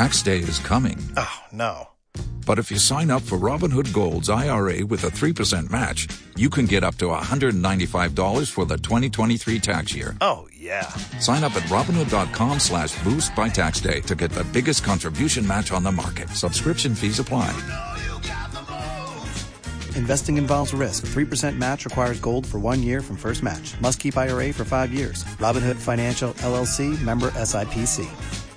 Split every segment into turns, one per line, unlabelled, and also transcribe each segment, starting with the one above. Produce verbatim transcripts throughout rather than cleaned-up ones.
Tax day is coming.
Oh, no.
But if you sign up for Robinhood Gold's I R A with a three percent match, you can get up to one hundred ninety-five dollars for the twenty twenty-three tax year.
Oh, yeah.
Sign up at Robinhood.com slash boost by tax day to get the biggest contribution match on the market. Subscription fees apply.
Investing involves risk. three percent match requires gold for one year from first match. Must keep I R A for five years. Robinhood Financial, L L C, member S I P C.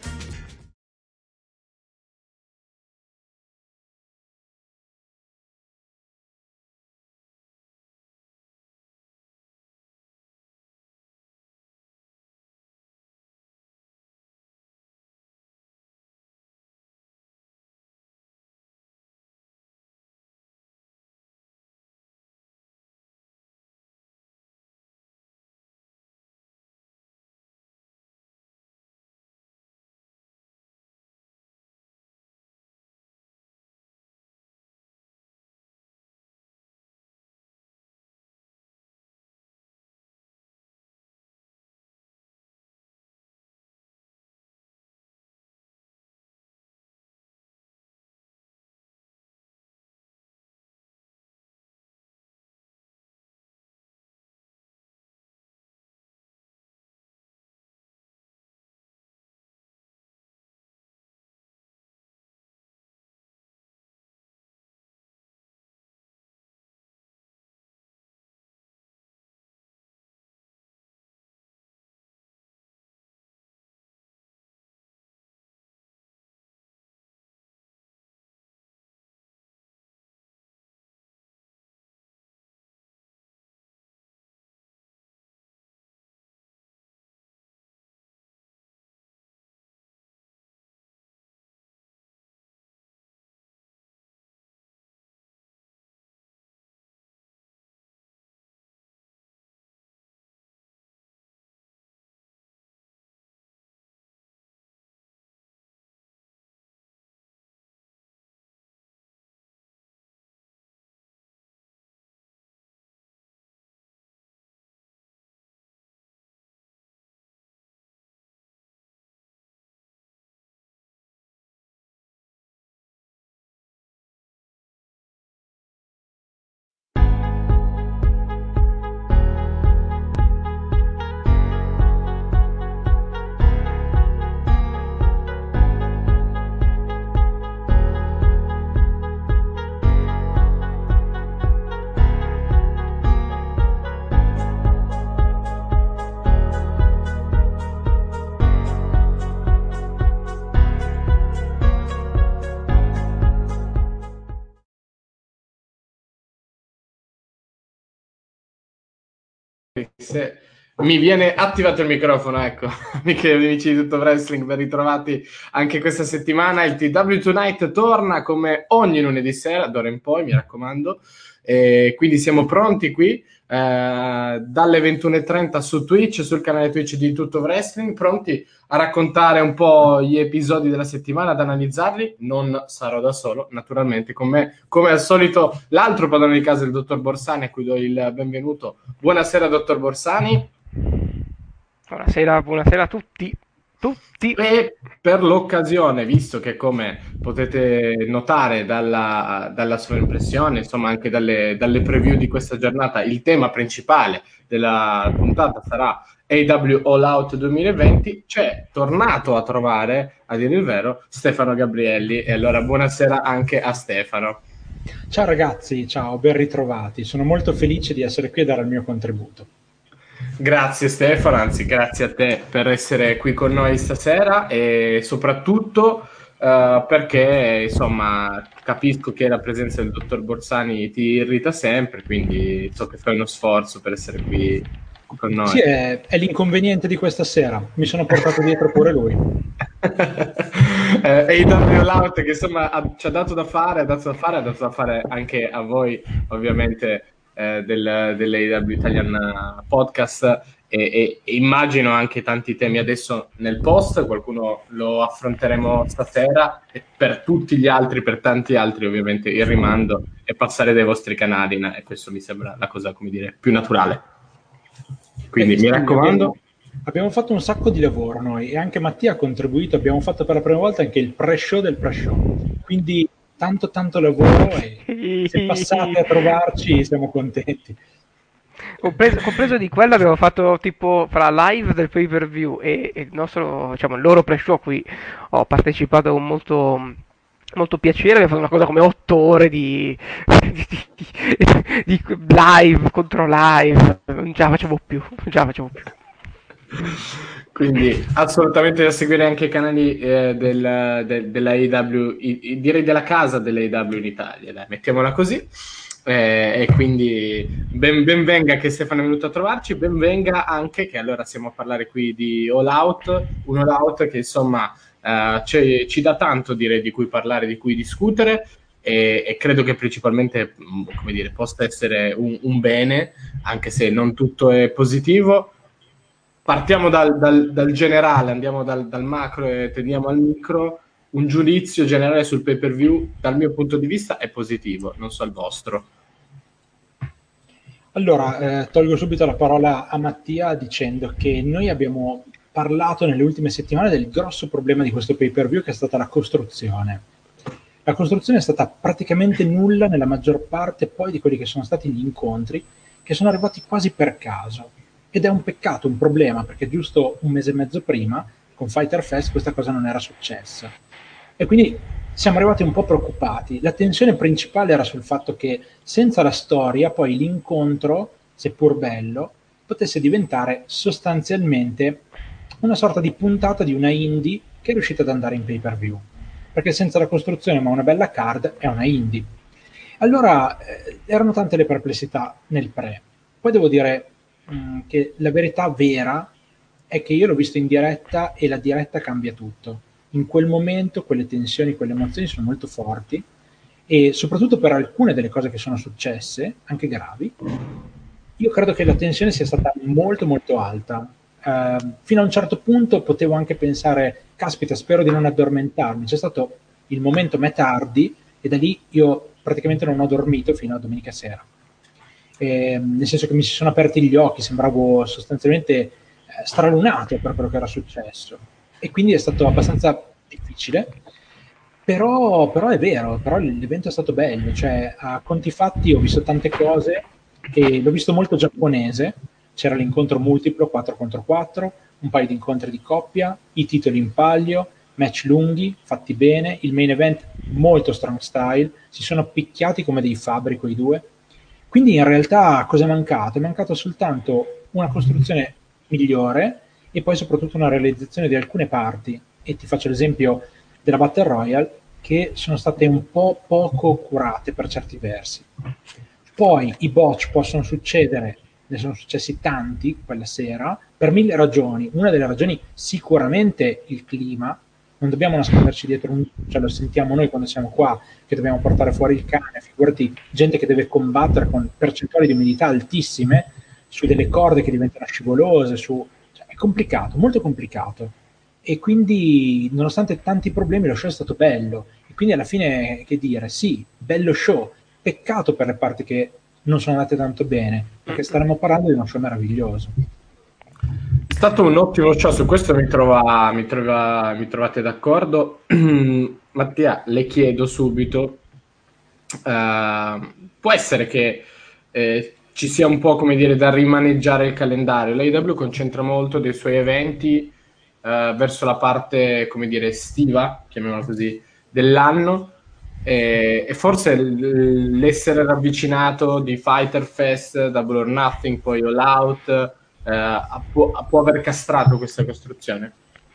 Se mi viene attivato il microfono, ecco. Michele, amici di Tutto Wrestling, ben ritrovati anche questa settimana. Il T W Tonight torna come ogni lunedì sera, d'ora in poi, mi raccomando. E quindi siamo pronti qui eh, dalle ventuno e trenta su Twitch, sul canale Twitch di Tutto Wrestling, pronti a raccontare un po' gli episodi della settimana, ad analizzarli. Non sarò da solo, naturalmente, con me, come al solito, l'altro padrone di casa, il dottor Borsani, a cui do il benvenuto. Buonasera, dottor Borsani.
Buonasera, buonasera a tutti. Tutti.
E per l'occasione, visto che, come potete notare dalla, dalla sovraimpressione, insomma anche dalle, dalle preview di questa giornata, il tema principale della puntata sarà A E W All Out duemilaventi, c'è tornato a trovare, a dire il vero, Stefano Gabrielli. E allora buonasera anche a Stefano.
Ciao ragazzi, ciao, ben ritrovati. Sono molto felice di essere qui a dare il mio contributo.
Grazie Stefano, anzi grazie a te per essere qui con noi stasera, e soprattutto uh, perché insomma capisco che la presenza del dottor Borsani ti irrita sempre, quindi so che fai uno sforzo per essere qui con noi.
Sì, è, è l'inconveniente di questa sera, mi sono portato dietro pure lui.
eh, E I W Lout, che insomma ha, ci ha dato da fare, ha dato da fare, ha dato da fare anche a voi, ovviamente, eh, del, dell'A E W Italian Podcast, e, e, e immagino anche tanti temi adesso nel post. Qualcuno lo affronteremo stasera, e per tutti gli altri, per tanti altri, ovviamente il rimando è passare dai vostri canali, e questo mi sembra la cosa, come dire, più naturale. Quindi
eh,
mi raccomando.
Abbiamo, Abbiamo fatto un sacco di lavoro noi e anche Mattia ha contribuito, abbiamo fatto per la prima volta anche il pre-show del pre-show, quindi tanto tanto lavoro e se passate a trovarci siamo contenti.
Compreso, compreso di quello abbiamo fatto tipo fra live del pay per view e, e il nostro, diciamo, il loro pre-show a cui ho partecipato con molto, molto piacere. Abbiamo fatto una cosa come otto ore di, di, di- di live contro live, non ce la facevo più, non ce la facevo più.
Quindi assolutamente da seguire anche i canali eh, del, del- della A E W, i- i- direi della casa dell'A E W in Italia, dai, mettiamola così. Eh, e quindi ben, ben venga che Stefano è venuto a trovarci, ben venga anche che allora siamo a parlare qui di All Out, un All Out che insomma eh, ci, ci dà tanto direi di cui parlare, di cui discutere e, e credo che principalmente mh, come dire, possa essere un, un bene, anche se non tutto è positivo. Partiamo dal, dal- dal generale, andiamo dal, dal macro e tendiamo al micro. Un giudizio generale sul pay per view, dal mio punto di vista, è positivo, non so il vostro.
Allora, eh, tolgo subito la parola a Mattia dicendo che noi abbiamo parlato nelle ultime settimane del grosso problema di questo pay-per-view che è stata la costruzione. La costruzione è stata praticamente nulla nella maggior parte poi di quelli che sono stati gli incontri, che sono arrivati quasi per caso. Ed è un peccato, un problema, perché giusto un mese e mezzo prima, con Fighter Fest, questa cosa non era successa. E quindi siamo arrivati un po' preoccupati. La tensione principale era sul fatto che senza la storia poi l'incontro, seppur bello, potesse diventare sostanzialmente una sorta di puntata di una indie che è riuscita ad andare in pay per view. Perché senza la costruzione ma una bella card è una indie. Allora eh, erano tante le perplessità nel pre. Poi devo dire mh, che la verità vera è che io l'ho visto in diretta e la diretta cambia tutto. In quel momento quelle tensioni, quelle emozioni sono molto forti e soprattutto per alcune delle cose che sono successe, anche gravi, io credo che la tensione sia stata molto molto alta. Eh, fino a un certo punto potevo anche pensare, caspita, spero di non addormentarmi. C'è stato il momento me tardi e da lì io praticamente non ho dormito fino a domenica sera. Eh, nel senso che mi si sono aperti gli occhi, sembravo sostanzialmente eh, stralunato per quello che era successo e quindi è stato abbastanza difficile, però, però è vero, però l'evento è stato bello, cioè a conti fatti ho visto tante cose e l'ho visto molto giapponese, c'era l'incontro multiplo quattro contro quattro, un paio di incontri di coppia, i titoli in palio, match lunghi, fatti bene, il main event molto strong style, si sono picchiati come dei fabbri quei due. Quindi in realtà cosa è mancato? È mancato soltanto una costruzione migliore e poi soprattutto una realizzazione di alcune parti. E ti faccio l'esempio della Battle Royale, che sono state un po' poco curate per certi versi. Poi i botch possono succedere, ne sono successi tanti quella sera, per mille ragioni. Una delle ragioni sicuramente il clima, non dobbiamo nasconderci dietro un, cioè lo sentiamo noi quando siamo qua, che dobbiamo portare fuori il cane, figurati gente che deve combattere con percentuali di umidità altissime, su delle corde che diventano scivolose, su, cioè, è complicato, molto complicato. E quindi, nonostante tanti problemi, lo show è stato bello. E quindi alla fine, che dire, sì, bello show, peccato per le parti che non sono andate tanto bene, perché staremmo parlando di uno show meraviglioso.
È stato un ottimo show, su questo mi, trova, mi, trova, mi trovate d'accordo. Mattia, le chiedo subito, uh, può essere che eh, ci sia un po' come dire da rimaneggiare il calendario. L'A E W concentra molto dei suoi eventi uh, verso la parte come dire estiva, chiamiamola così, dell'anno e, e forse l- l'essere ravvicinato di Fighter Fest, Double or Nothing, poi All Out eh, può, può aver castrato questa costruzione.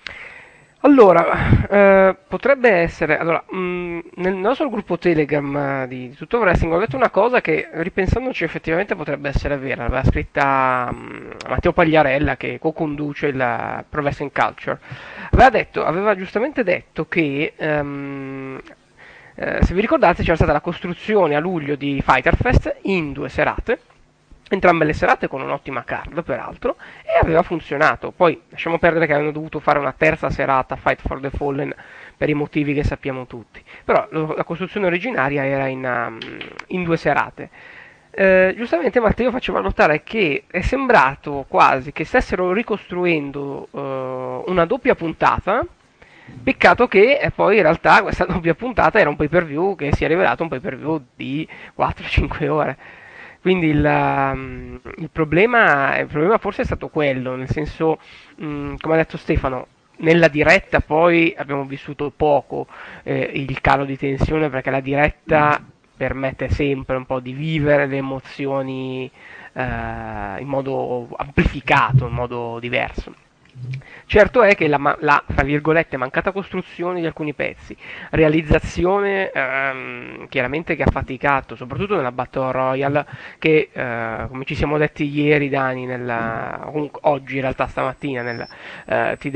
Allora, eh, potrebbe essere. Allora, mh, nel nostro gruppo Telegram eh, di, di Tutto Wrestling ho letto una cosa che, ripensandoci, effettivamente potrebbe essere vera. L'aveva scritta mh, Matteo Pagliarella, che co-conduce il Pro Wrestling Culture. Aveva detto, aveva giustamente detto che, ehm, eh, se vi ricordate, c'era stata la costruzione a luglio di Fighter Fest in due serate. Entrambe le serate con un'ottima card, peraltro, e aveva funzionato. Poi lasciamo perdere che avevano dovuto fare una terza serata, Fight for the Fallen, per i motivi che sappiamo tutti. Però lo, la costruzione originaria era in, um, in due serate. eh, giustamente Matteo faceva notare che è sembrato quasi che stessero ricostruendo eh, una doppia puntata. Peccato che eh, poi in realtà questa doppia puntata era un pay per view che si è rivelato un pay per view di quattro cinque ore. Quindi il, um, il problema, il problema forse è stato quello, nel senso, mh, come ha detto Stefano, nella diretta poi abbiamo vissuto poco eh, il calo di tensione, perché la diretta permette sempre un po' di vivere le emozioni eh, in modo amplificato, in modo diverso. Certo è che la, ma- la, fra virgolette, mancata costruzione di alcuni pezzi, realizzazione ehm, chiaramente che ha faticato, soprattutto nella Battle Royale, che eh, come ci siamo detti ieri, Dani, nella, comunque, oggi in realtà stamattina nel eh, T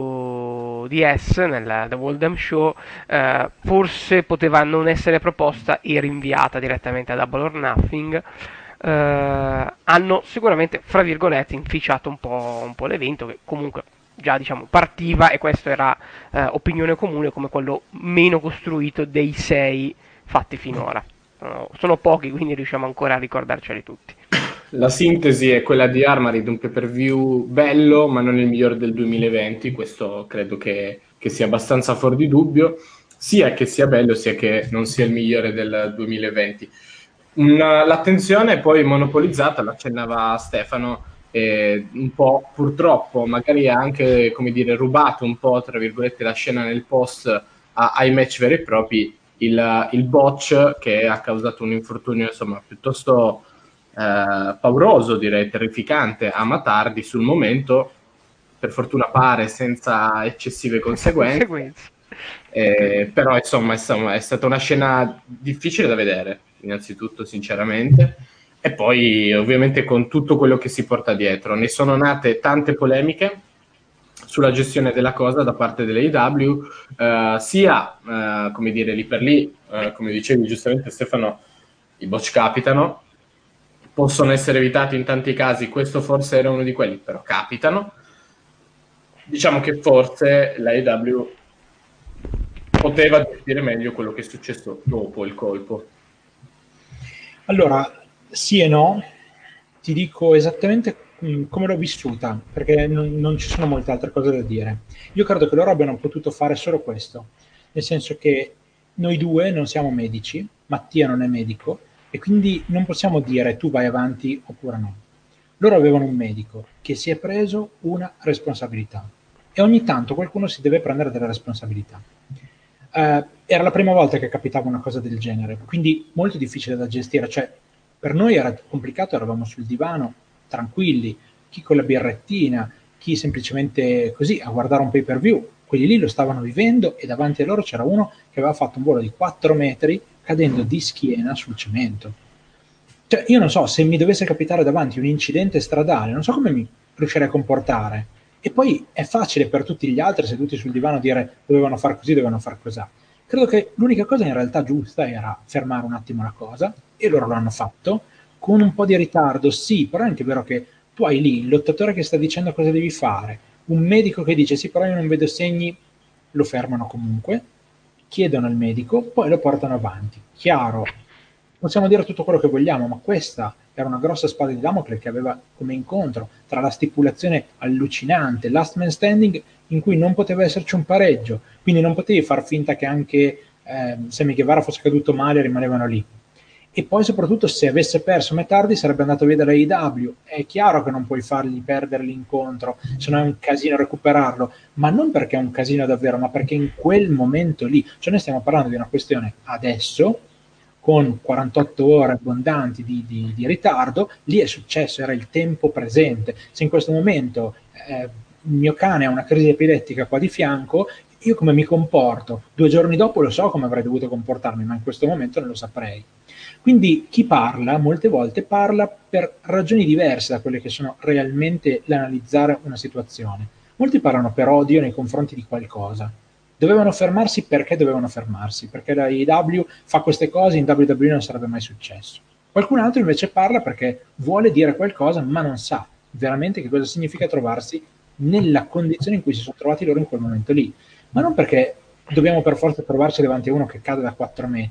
W D S, nel The Waldham Show, eh, forse poteva non essere proposta e rinviata direttamente a Double or Nothing. Uh, hanno sicuramente, fra virgolette, inficiato un po', un po' l'evento, che comunque già diciamo partiva, e questo era uh, opinione comune, come quello meno costruito dei sei fatti finora. Sono, sono pochi, quindi riusciamo ancora a ricordarceli tutti.
La sintesi è quella di Armored, un pay-per-view bello, ma non il migliore del duemilaventi. Questo credo che, che sia abbastanza fuori di dubbio, sia che sia bello, sia che non sia il migliore del duemilaventi. Una, l'attenzione è poi monopolizzata, l'accennava Stefano, eh, un po' purtroppo, magari ha anche, come dire, rubato un po', tra virgolette, la scena nel post a, ai match veri e propri, il, il botch che ha causato un infortunio, insomma, piuttosto eh, pauroso, direi, terrificante a Matardi sul momento, per fortuna pare senza eccessive conseguenze.
conseguenze.
Eh, però insomma, insomma è stata una scena difficile da vedere, innanzitutto, sinceramente, e poi ovviamente con tutto quello che si porta dietro. Ne sono nate tante polemiche sulla gestione della cosa da parte dell'A E W, eh, sia eh, come dire lì per lì, eh, come dicevi giustamente Stefano, i botch capitano, possono essere evitati in tanti casi, questo forse era uno di quelli, però capitano. Diciamo che forse l'A E W poteva gestire meglio quello che è successo dopo il colpo.
Allora, sì e no, ti dico esattamente come l'ho vissuta, perché non, non ci sono molte altre cose da dire. Io credo che loro abbiano potuto fare solo questo, nel senso che noi due non siamo medici, Mattia non è medico, e quindi non possiamo dire tu vai avanti oppure no. Loro avevano un medico che si è preso una responsabilità, e ogni tanto qualcuno si deve prendere delle responsabilità. Uh, era la prima volta che capitava una cosa del genere, quindi molto difficile da gestire. Cioè, per noi era complicato, eravamo sul divano, tranquilli, chi con la birrettina, chi semplicemente così a guardare un pay per view. Quelli lì lo stavano vivendo, e davanti a loro c'era uno che aveva fatto un volo di quattro metri cadendo di schiena sul cemento. Cioè, io non so, se mi dovesse capitare davanti un incidente stradale, non so come mi riuscirei a comportare. E poi è facile per tutti gli altri seduti sul divano dire dovevano far così, dovevano far così. Credo che l'unica cosa in realtà giusta era fermare un attimo la cosa, e loro lo hanno fatto con un po' di ritardo, sì, però è anche vero che tu hai lì il lottatore che sta dicendo cosa devi fare, un medico che dice sì, però io non vedo segni, lo fermano comunque, chiedono al medico, poi lo portano avanti. Chiaro, possiamo dire tutto quello che vogliamo, ma questa era una grossa spada di Damocle che aveva come incontro tra la stipulazione allucinante, last man standing, in cui non poteva esserci un pareggio, quindi non potevi far finta che anche eh, Sammy Guevara fosse caduto male e rimanevano lì. E poi soprattutto se avesse perso Metardi sarebbe andato via dalla A E W. È chiaro che non puoi fargli perdere l'incontro, se no è un casino recuperarlo, ma non perché è un casino davvero, ma perché in quel momento lì, cioè noi stiamo parlando di una questione adesso, con quarantotto ore abbondanti di, di, di ritardo, lì è successo, era il tempo presente. Se in questo momento eh, il mio cane ha una crisi epilettica qua di fianco, io come mi comporto? Due giorni dopo lo so come avrei dovuto comportarmi, ma in questo momento non lo saprei. Quindi chi parla, molte volte parla per ragioni diverse da quelle che sono realmente l'analizzare una situazione. Molti parlano per odio nei confronti di qualcosa. Dovevano fermarsi perché dovevano fermarsi, perché la A E W fa queste cose, in W W E non sarebbe mai successo. Qualcun altro invece parla perché vuole dire qualcosa, ma non sa veramente che cosa significa trovarsi nella condizione in cui si sono trovati loro in quel momento lì. Ma non perché dobbiamo per forza trovarci davanti a uno che cade da quattro metri,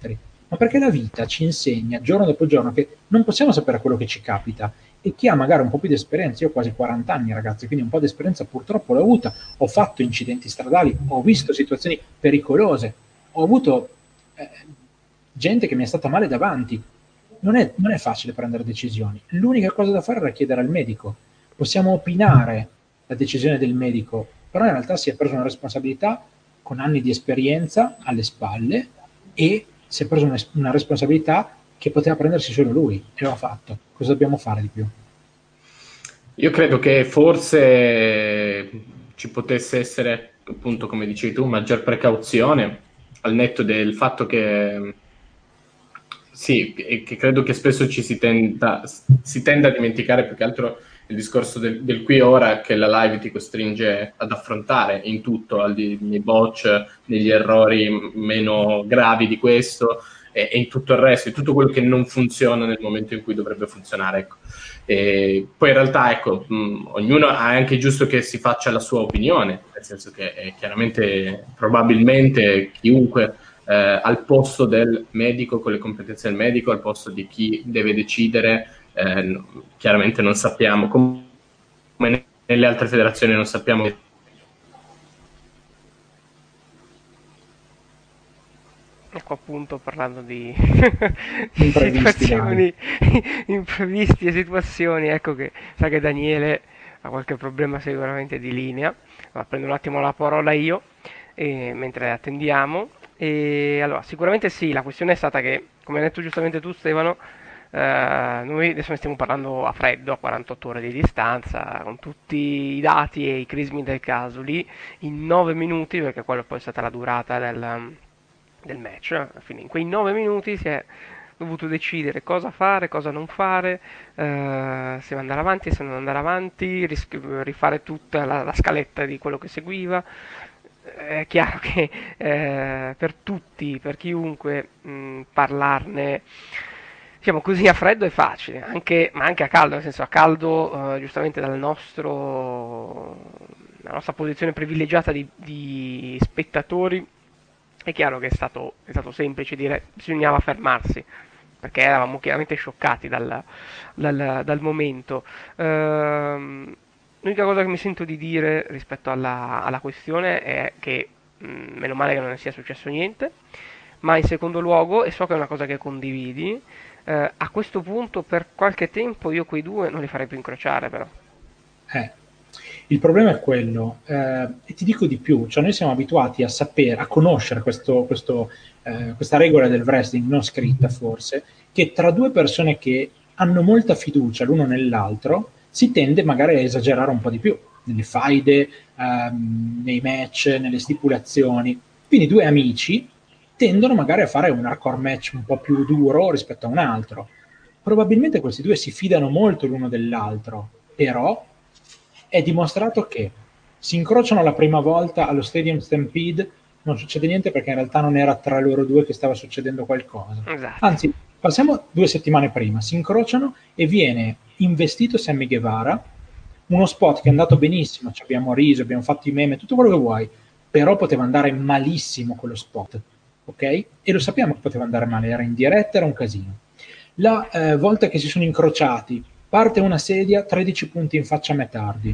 ma perché la vita ci insegna giorno dopo giorno che non possiamo sapere quello che ci capita, e chi ha magari un po' più di esperienza, io ho quasi quaranta anni ragazzi, quindi un po' di esperienza purtroppo l'ho avuta, ho fatto incidenti stradali, ho visto situazioni pericolose, ho avuto eh, gente che mi è stata male davanti. Non è, non è facile prendere decisioni. L'unica cosa da fare era chiedere al medico. Possiamo opinare la decisione del medico, però in realtà si è preso una responsabilità con anni di esperienza alle spalle, e si è preso una, una responsabilità che poteva prendersi solo lui, e lo ha fatto. Cosa dobbiamo fare di più?
Io credo che forse ci potesse essere, appunto, come dicevi tu, maggior precauzione, al netto del fatto che sì, e che credo che spesso ci si tenda, si tenda a dimenticare più che altro il discorso del, del qui e ora, che la live ti costringe ad affrontare in tutto, al di, nei botch, negli errori meno gravi di questo, e, e in tutto il resto, in tutto quello che non funziona nel momento in cui dovrebbe funzionare, ecco. E poi in realtà, ecco, mh, ognuno ha anche giusto che si faccia la sua opinione, nel senso che eh, chiaramente, probabilmente chiunque eh, al posto del medico, con le competenze del medico, al posto di chi deve decidere, eh, chiaramente non sappiamo, come nelle altre federazioni non sappiamo.
Ecco, appunto, parlando di, di
Imprevisti,
situazioni imprevisti e situazioni, ecco che sa che Daniele ha qualche problema sicuramente di linea. Allora, prendo un attimo la parola io, eh, mentre attendiamo. E allora, sicuramente sì, la questione è stata che, come hai detto giustamente tu, Stefano, eh, noi adesso ne stiamo parlando a freddo, a quarantotto ore di distanza, con tutti i dati e i crismi del caso, lì in nove minuti, perché quella poi è stata la durata del, del match. Alla fine, in quei nove minuti si è dovuto decidere cosa fare, cosa non fare, eh, se andare avanti, se non andare avanti, ris- rifare tutta la, la scaletta di quello che seguiva. È chiaro che eh, per tutti, per chiunque, mh, parlarne, diciamo così, a freddo è facile, anche, ma anche a caldo, nel senso, a caldo, eh, giustamente dal nostro, la nostra posizione privilegiata di, di spettatori, è chiaro che è stato, è stato semplice dire bisognava fermarsi, perché eravamo chiaramente scioccati dal, dal, dal momento. Ehm, L'unica cosa che mi sento di dire rispetto alla, alla questione è che mh, meno male che non sia successo niente, ma in secondo luogo, e so che è una cosa che condividi, eh, a questo punto per qualche tempo io quei due non li farei più incrociare, però.
Eh, il problema è quello, eh, e ti dico di più, cioè noi siamo abituati a sapere, a conoscere questo, questo, eh, questa regola del wrestling non scritta forse, che tra due persone che hanno molta fiducia l'uno nell'altro si tende magari a esagerare un po' di più, nelle faide, ehm, nei match, nelle stipulazioni. Quindi due amici tendono magari a fare un hardcore match un po' più duro rispetto a un altro. Probabilmente questi due si fidano molto l'uno dell'altro, però è dimostrato che si incrociano la prima volta allo Stadium Stampede, non succede niente perché in realtà non era tra loro due che stava succedendo qualcosa.
Esatto.
Anzi, passiamo due settimane prima, si incrociano e viene investito Sammy Guevara, uno spot che è andato benissimo, ci abbiamo riso, abbiamo fatto i meme, tutto quello che vuoi, però poteva andare malissimo quello spot, ok? E lo sappiamo che poteva andare male, era in diretta, era un casino. La eh, volta che si sono incrociati, parte una sedia, tredici punti in faccia a Matt Hardy.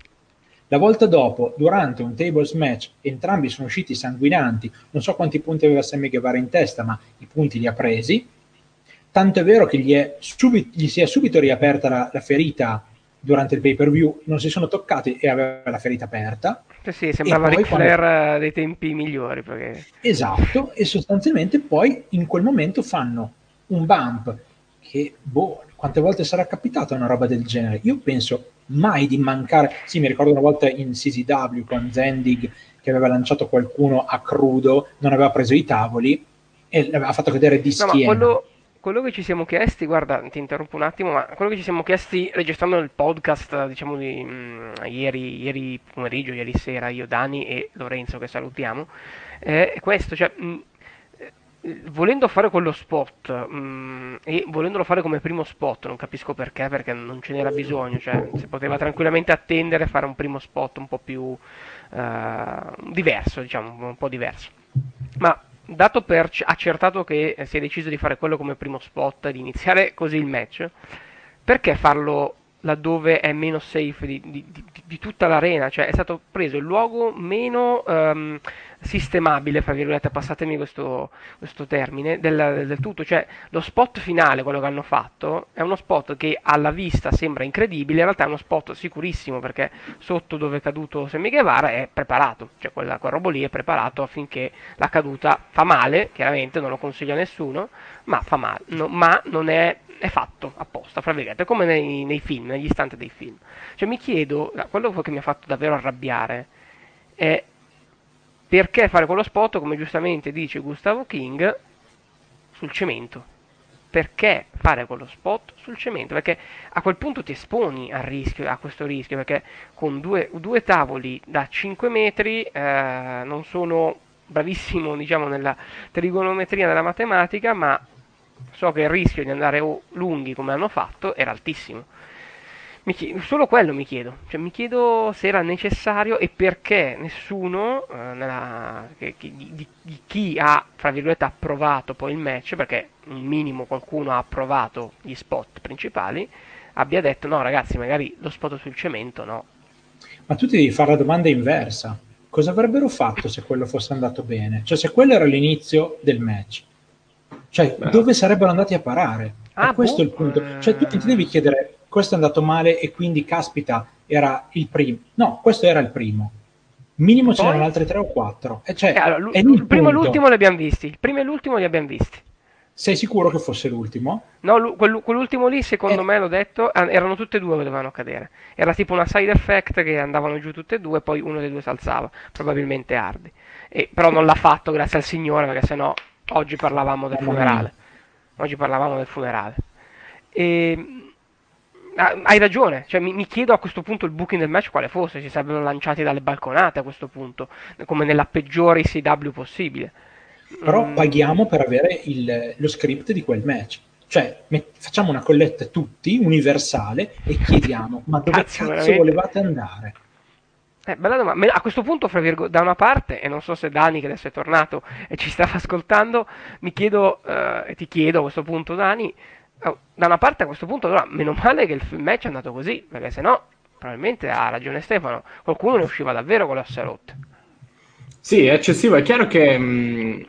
La volta dopo, durante un tables match, entrambi sono usciti sanguinanti, non so quanti punti aveva Sammy Guevara in testa, ma i punti li ha presi, tanto è vero che gli, è subito, gli si è subito riaperta la, la ferita durante il pay-per-view, non si sono toccati e aveva la ferita aperta.
Sì, sì, sembrava
Ric
Flair quando... dei tempi migliori. Perché...
Esatto, e sostanzialmente poi in quel momento fanno un bump che, boh, quante volte sarà capitata una roba del genere? Io penso mai di mancare. Sì, mi ricordo una volta in C Z W con Zendig che aveva lanciato qualcuno a crudo, non aveva preso i tavoli e l'aveva fatto vedere di schiena.
No, ma quello, quello che ci siamo chiesti, guarda, ti interrompo un attimo, ma quello che ci siamo chiesti registrando il podcast, diciamo, di mh, ieri, ieri pomeriggio, ieri sera, io, Dani e Lorenzo, che salutiamo, è questo, cioè... Mh, volendo fare quello spot mh, e volendolo fare come primo spot, non capisco perché, perché non ce n'era bisogno, cioè si poteva tranquillamente attendere a fare un primo spot un po' più uh, diverso, diciamo, un po' diverso. Ma dato per c- accertato che si è deciso di fare quello come primo spot, di iniziare così il match, perché farlo laddove è meno safe di, di- di- di tutta l'arena? Cioè è stato preso il luogo meno ehm, sistemabile, fra virgolette, passatemi questo, questo termine, del, del tutto. Cioè lo spot finale, quello che hanno fatto, è uno spot che alla vista sembra incredibile, in realtà è uno spot sicurissimo, perché sotto dove è caduto Sammy Guevara è preparato, cioè quella, quel robo lì è preparato affinché la caduta fa male, chiaramente non lo consiglio a nessuno, ma fa male, no, ma non è, è fatto apposta, fra virgolette, come nei, nei film, negli istanti dei film. Cioè mi chiedo, quello che mi ha fatto davvero arrabbiare è perché fare quello spot, come giustamente dice Gustavo King, sul cemento. Perché fare quello spot sul cemento? Perché a quel punto ti esponi al rischio, a questo rischio, perché con due, due tavoli da cinque metri eh, non sono bravissimo, diciamo, nella trigonometria, nella matematica, ma so che il rischio di andare o- lunghi come hanno fatto era altissimo. Mi chiedo, solo quello mi chiedo, cioè mi chiedo se era necessario e perché nessuno eh, nella- che- che- di, di- di chi ha, fra virgolette, approvato poi il match, perché un minimo qualcuno ha approvato gli spot principali, abbia detto no ragazzi, magari lo spot sul cemento no.
Ma tu ti devi fare la domanda inversa. Cosa avrebbero fatto se quello fosse andato bene? Cioè, se quello era l'inizio del match, cioè,
Bravo.
dove sarebbero andati a parare? È
Ah
questo
boh,
il punto. Cioè, tu non ti devi
eh,
chiedere, questo è andato male e quindi, caspita, era il primo. No, questo era il primo.
e
Minimo ce n'erano
poi?
altri tre o quattro. E
Eh,
cioè,
allora, l'u-
è lì
l'u-
il
il primo e
punto.
l'ultimo li abbiamo visti, il primo e l'ultimo li abbiamo visti.
Sei sicuro che fosse l'ultimo?
No, lu- quell- quell'ultimo lì, secondo
Eh,
me, l'ho detto, ah, erano tutte e due che dovevano cadere. Era tipo una side effect che andavano giù tutte e due, poi uno dei due si alzava, probabilmente Hardy. E, però non l'ha fatto, grazie al Signore, perché sennò oggi parlavamo del
mamma mia.
funerale. Oggi parlavamo del funerale. E, ah, hai ragione, cioè, mi, mi chiedo a questo punto il booking del match quale fosse, si sarebbero lanciati dalle balconate a questo punto, come nella peggiore I C W possibile.
Però
Mm,
paghiamo per avere il- lo script di quel match. Cioè, met- facciamo una colletta tutti, universale, e chiediamo, ma dove
cazzo,
cazzo
veramente?
volevate andare?
Eh, bella domanda. Me- A questo punto, fra virgo- da una parte, e non so se Dani, che adesso è tornato e ci stava ascoltando, mi chiedo, eh, e ti chiedo a questo punto, Dani, oh, da una parte a questo punto, allora, meno male che il f- match è andato così, perché sennò, probabilmente ha ragione Stefano, qualcuno ne usciva davvero con le ossa rotte.
Sì, è eccessivo. È chiaro che, mh,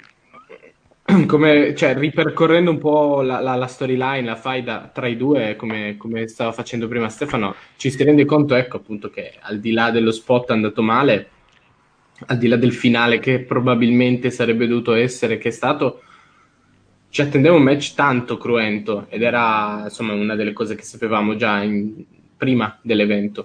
come, cioè, ripercorrendo un po' la, la, la storyline, la faida tra i due, come, come stava facendo prima Stefano, ci si rende conto, ecco, appunto, che al di là dello spot andato male, al di là del finale che probabilmente sarebbe dovuto essere, che è stato, ci attendeva un match tanto cruento, ed era, insomma, una delle cose che sapevamo già in- prima dell'evento.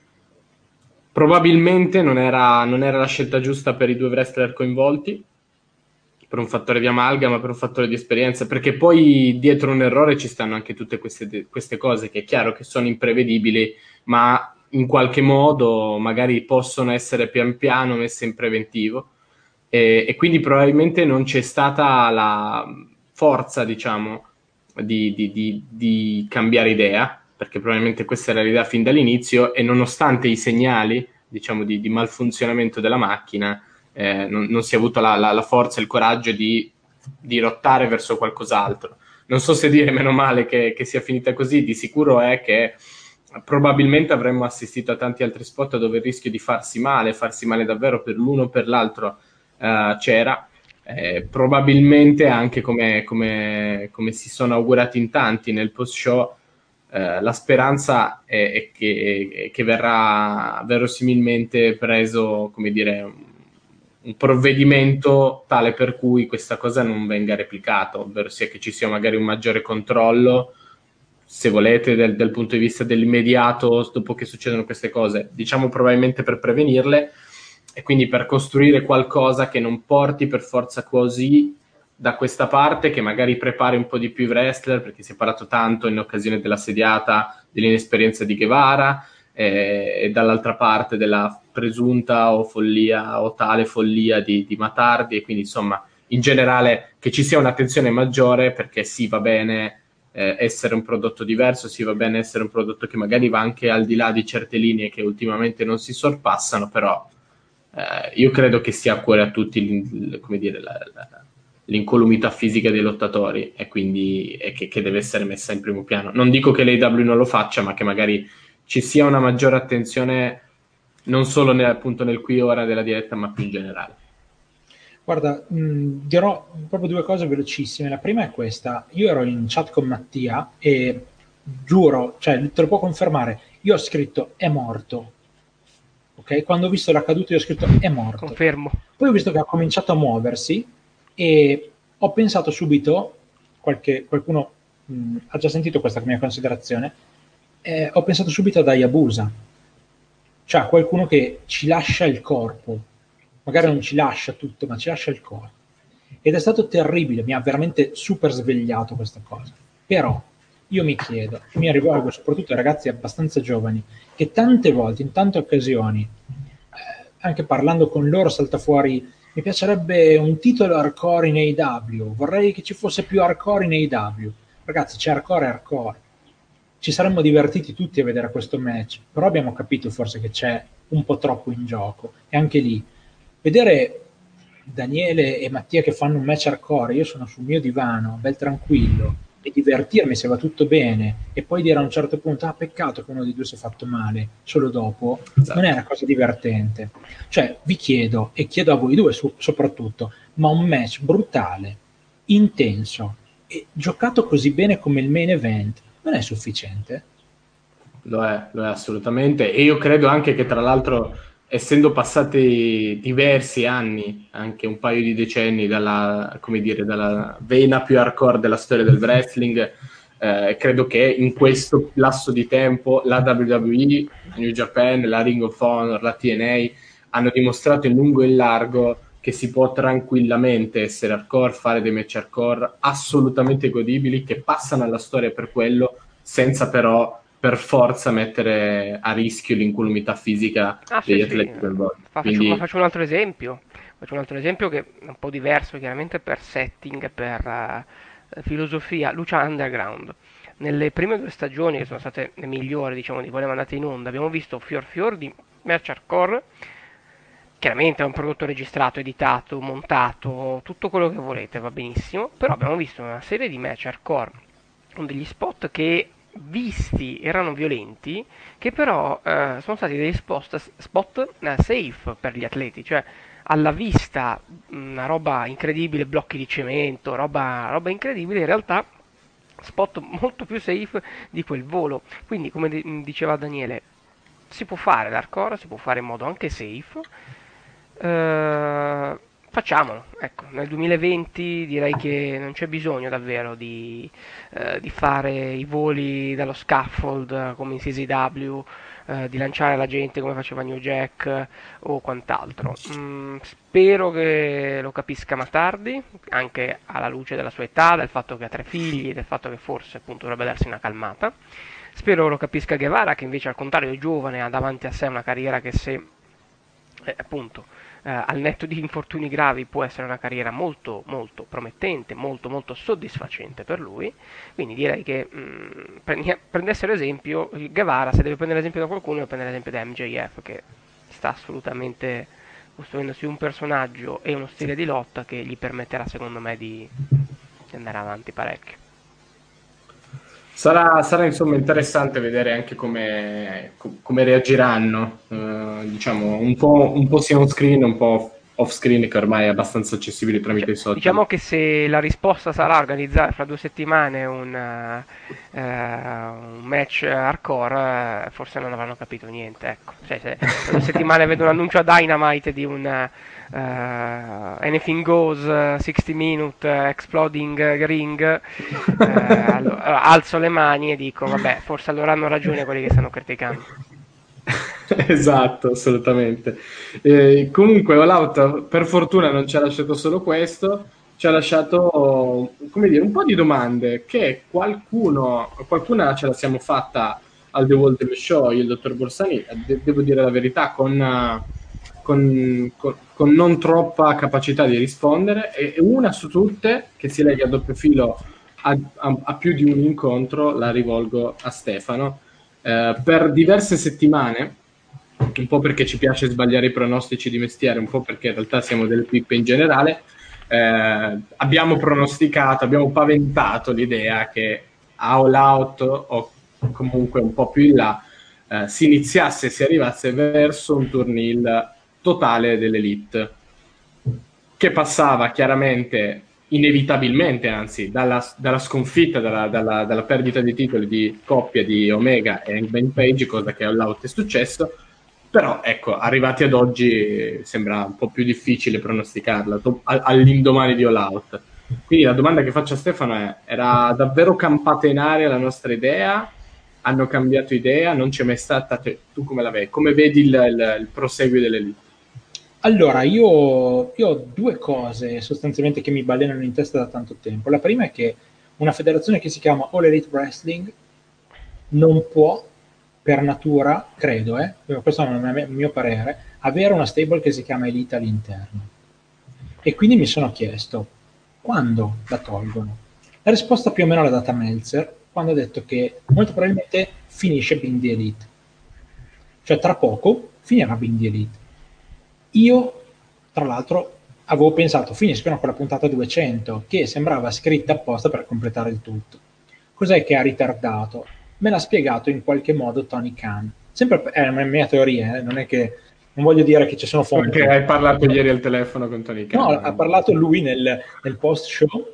Probabilmente non era, non era la scelta giusta per i due wrestler coinvolti, per un fattore di amalgama, per un fattore di esperienza, perché poi dietro un errore ci stanno anche tutte queste, queste cose che è chiaro che sono imprevedibili, ma in qualche modo magari possono essere pian piano messe in preventivo, e, e quindi probabilmente non c'è stata la forza, diciamo, di, di, di, di cambiare idea, perché probabilmente questa era l'idea fin dall'inizio, e nonostante i segnali, diciamo, di, di malfunzionamento della macchina, eh, non, non si è avuto la, la, la forza e il coraggio di, di rottare verso qualcos'altro. Non so se dire meno male che, che sia finita così, di sicuro è che probabilmente avremmo assistito a tanti altri spot dove il rischio di farsi male, farsi male davvero per l'uno o per l'altro eh, c'era. Eh, probabilmente anche come, come, come si sono augurati in tanti nel post show, eh, la speranza è, è, che, è che verrà verosimilmente preso, come dire, un, un provvedimento tale per cui questa cosa non venga replicata, ovvero sia che ci sia magari un maggiore controllo, se volete, del, dal punto di vista dell'immediato dopo che succedono queste cose, diciamo probabilmente per prevenirle, e quindi per costruire qualcosa che non porti per forza così da questa parte, che magari prepari un po' di più i wrestler, perché si è parlato tanto in occasione della sediata dell'inesperienza di Guevara, eh, e dall'altra parte della presunta o follia o tale follia di, di Matardi, e quindi insomma in generale che ci sia un'attenzione maggiore, perché sì, va bene eh, essere un prodotto diverso, sì, va bene essere un prodotto che magari va anche al di là di certe linee che ultimamente non si sorpassano, però eh, io credo che sia a cuore a tutti, come dire, la, la, l'incolumità fisica dei lottatori, e quindi è che, che deve essere messa in primo piano. Non dico che l'A E W non lo faccia, ma che magari ci sia una maggiore attenzione non solo nel, appunto nel qui e ora della diretta, ma più in generale.
Guarda, mh, dirò proprio due cose velocissime. La prima è questa: io ero in chat con Mattia e giuro, cioè te lo può confermare, io ho scritto è morto, ok? Quando ho visto l'accaduto io ho scritto è morto.
Confermo.
Poi ho visto che ha cominciato a muoversi e ho pensato subito, qualche, qualcuno mh, ha già sentito questa mia considerazione, eh, ho pensato subito ad Hayabusa, cioè qualcuno che ci lascia il corpo, magari non ci lascia tutto, ma ci lascia il corpo. Ed è stato terribile, mi ha veramente super svegliato questa cosa. Però io mi chiedo, mi rivolgo soprattutto ai ragazzi abbastanza giovani, che tante volte, in tante occasioni, eh, anche parlando con loro salta fuori: mi piacerebbe un titolo hardcore in A E W, vorrei che ci fosse più hardcore in A E W. Ragazzi, c'è hardcore e hardcore. Ci saremmo divertiti tutti a vedere questo match, però abbiamo capito forse che c'è un po' troppo in gioco. E anche lì, vedere Daniele e Mattia che fanno un match hardcore, io sono sul mio divano, bel tranquillo, e divertirmi se va tutto bene, e poi dire a un certo punto ah peccato che uno dei due si è fatto male solo dopo, esatto. Non è una cosa divertente. Cioè vi chiedo, e chiedo a voi due su, soprattutto, ma un match brutale, intenso e giocato così bene come il main event non è sufficiente?
Lo è, lo è assolutamente, e io credo anche che tra l'altro, essendo passati diversi anni, anche un paio di decenni dalla, come dire, dalla vena più hardcore della storia del wrestling, eh, credo che in questo lasso di tempo la W W E, la New Japan, la Ring of Honor, la T N A hanno dimostrato in lungo e in largo che si può tranquillamente essere hardcore, fare dei match hardcore assolutamente godibili, che passano alla storia per quello, senza però per forza mettere a rischio l'incolumità fisica
ah,
degli
sì,
atleti
sì.
del body.
Fa,
Quindi...
faccio, ma faccio un altro esempio. Faccio un altro esempio che è un po' diverso, chiaramente per setting, per uh, filosofia. Lucha Underground. Nelle prime due stagioni, che sono state le migliori, diciamo, di quelle mandate in onda, abbiamo visto fior fior di match hardcore. Chiaramente è un prodotto registrato, editato, montato, tutto quello che volete, va benissimo, però abbiamo visto una serie di match hardcore con degli spot che visti erano violenti, che però eh, sono stati degli spot, spot eh, safe per gli atleti, cioè alla vista una roba incredibile, blocchi di cemento, roba, roba incredibile, in realtà spot molto più safe di quel volo. Quindi, come di- diceva Daniele, si può fare l'hardcore, si può fare in modo anche safe. Uh, facciamolo, ecco, nel duemilaventi direi che non c'è bisogno davvero di, uh, di fare i voli dallo scaffold uh, come in C Z W, uh, di lanciare la gente come faceva New Jack uh, o quant'altro. Mm, spero che lo capisca Matardi, anche alla luce della sua età, del fatto che ha tre figli, del fatto che forse appunto dovrebbe darsi una calmata. Spero lo capisca Guevara, che invece al contrario è giovane, ha davanti a sé una carriera che se eh, appunto eh, al netto di infortuni gravi può essere una carriera molto molto promettente, molto molto soddisfacente per lui. Quindi direi che mh, prendi- prendessero esempio Guevara, se deve prendere esempio da qualcuno deve prendere esempio da M J F, che sta assolutamente costruendosi un personaggio e uno stile di lotta che gli permetterà secondo me di, di andare avanti parecchio.
Sarà, sarà insomma interessante vedere anche come, come reagiranno, uh, diciamo, un po', un po' sia on screen, un po' off screen, che ormai è abbastanza accessibile tramite cioè, i social.
Diciamo che se la risposta sarà organizzare fra due settimane un, uh, uh, un match hardcore, uh, forse non avranno capito niente. Ecco. Cioè, se fra due settimane vedo un annuncio a Dynamite di un uh, Anything Goes uh, sessanta minute uh, Exploding Ring, uh, allora, alzo le mani e dico vabbè, forse allora hanno ragione quelli che stanno criticando.
Esatto, assolutamente. Eh, comunque All Out per fortuna non ci ha lasciato solo questo, ci ha lasciato, come dire, un po' di domande che qualcuno, qualcuna ce la siamo fatta al The World Show, io e il dottor Borsani, de- devo dire la verità, con, con, con, con non troppa capacità di rispondere, e una su tutte, che si lega a doppio filo a, a, a più di un incontro, la rivolgo a Stefano. Eh, per diverse settimane, un po' perché ci piace sbagliare i pronostici di mestiere, un po' perché in realtà siamo delle pippe in generale, eh, abbiamo pronosticato, abbiamo paventato l'idea che a All Out o comunque un po' più in là eh, si iniziasse e si arrivasse verso un turnil totale dell'Elite, che passava chiaramente, inevitabilmente anzi, dalla, dalla sconfitta, dalla, dalla, dalla perdita di titoli di coppia di Omega e Hangman Page, cosa che All Out è successo. Però ecco, arrivati ad oggi sembra un po' più difficile pronosticarla to- all'indomani di All Out. Quindi la domanda che faccio a Stefano è: era davvero campata in aria la nostra idea? Hanno cambiato idea? Non c'è mai stata? Tu come la vedi? Come vedi il, il, il proseguio dell'Elite?
Allora, io, io ho due cose sostanzialmente che mi balenano in testa da tanto tempo. La prima è che una federazione che si chiama All Elite Wrestling non può, per natura, credo, eh, questo non è il mio parere, avere una stable che si chiama Elite all'interno. E quindi mi sono chiesto, quando la tolgono? La risposta più o meno l'ha data Meltzer, quando ha detto che molto probabilmente finisce Being the Elite. Cioè, tra poco finirà Being the Elite. Io, tra l'altro, avevo pensato finiscono con la puntata duecento, che sembrava scritta apposta per completare il tutto. Cos'è che ha ritardato? Me l'ha spiegato in qualche modo Tony Khan. Sempre è una mia teoria, eh? Non è che non voglio dire che ci sono fonti.
Perché hai parlato ieri al telefono con Tony Khan?
No, ha parlato lui nel, nel post show.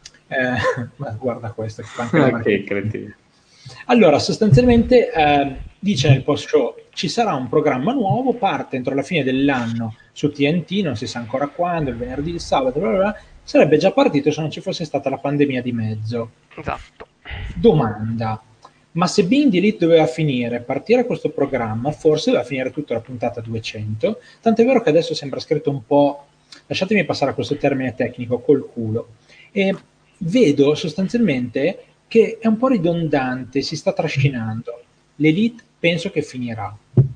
Eh, guarda questo.
Che cretino.
Allora, sostanzialmente eh, dice nel post show ci sarà un programma nuovo, parte entro la fine dell'anno su T N T, non si sa ancora quando, il venerdì, il sabato, bla bla bla, sarebbe già partito se non ci fosse stata la pandemia di mezzo.
Esatto.
Domanda: ma se Being the Elite doveva finire, partire questo programma, forse doveva finire tutta la puntata duecento, tant'è vero che adesso sembra scritto un po', lasciatemi passare a questo termine tecnico, col culo, e vedo sostanzialmente che è un po' ridondante, si sta trascinando. L'Elite penso che finirà.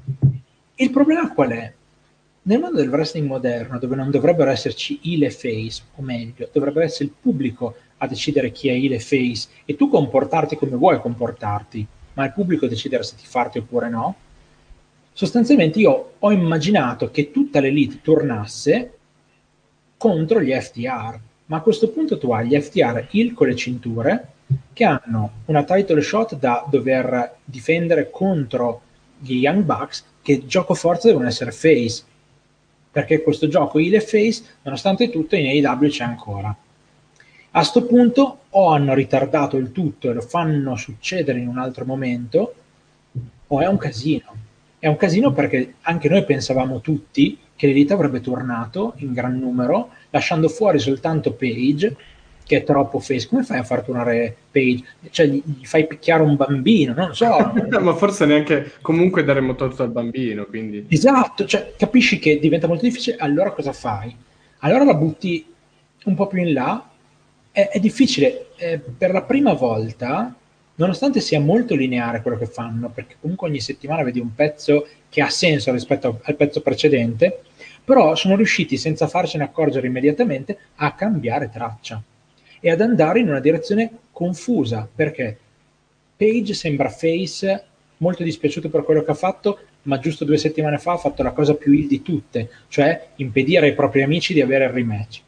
Il problema qual è? Nel mondo del wrestling moderno, dove non dovrebbero esserci heel e face, o meglio, dovrebbe essere il pubblico a decidere chi è heel e face, e tu comportarti come vuoi comportarti, ma il pubblico decidere se ti farti oppure no. Sostanzialmente io ho immaginato che tutta l'Elite tornasse contro gli F T R, ma a questo punto tu hai gli F T R heel con le cinture, che hanno una title shot da dover difendere contro gli Young Bucks, che gioco forza devono essere face, perché questo gioco heel e face, nonostante tutto, in A E W c'è ancora. A sto punto o hanno ritardato il tutto e lo fanno succedere in un altro momento, o è un casino. È un casino perché anche noi pensavamo tutti che l'Elite avrebbe tornato in gran numero, lasciando fuori soltanto Page, che è troppo face. Come fai a far tornare Page? Cioè gli, gli fai picchiare un bambino, non lo so.
Ma forse neanche, comunque daremmo torto al bambino, quindi...
Esatto, cioè capisci che diventa molto difficile, allora cosa fai? Allora la butti un po' più in là. È, è difficile, eh, per la prima volta, nonostante sia molto lineare quello che fanno, perché comunque ogni settimana vedi un pezzo che ha senso rispetto al pezzo precedente, però sono riusciti, senza farcene accorgere immediatamente, a cambiare traccia e ad andare in una direzione confusa, perché Page sembra face, molto dispiaciuto per quello che ha fatto, ma giusto due settimane fa ha fatto la cosa più heel di tutte, cioè impedire ai propri amici di avere il rematch.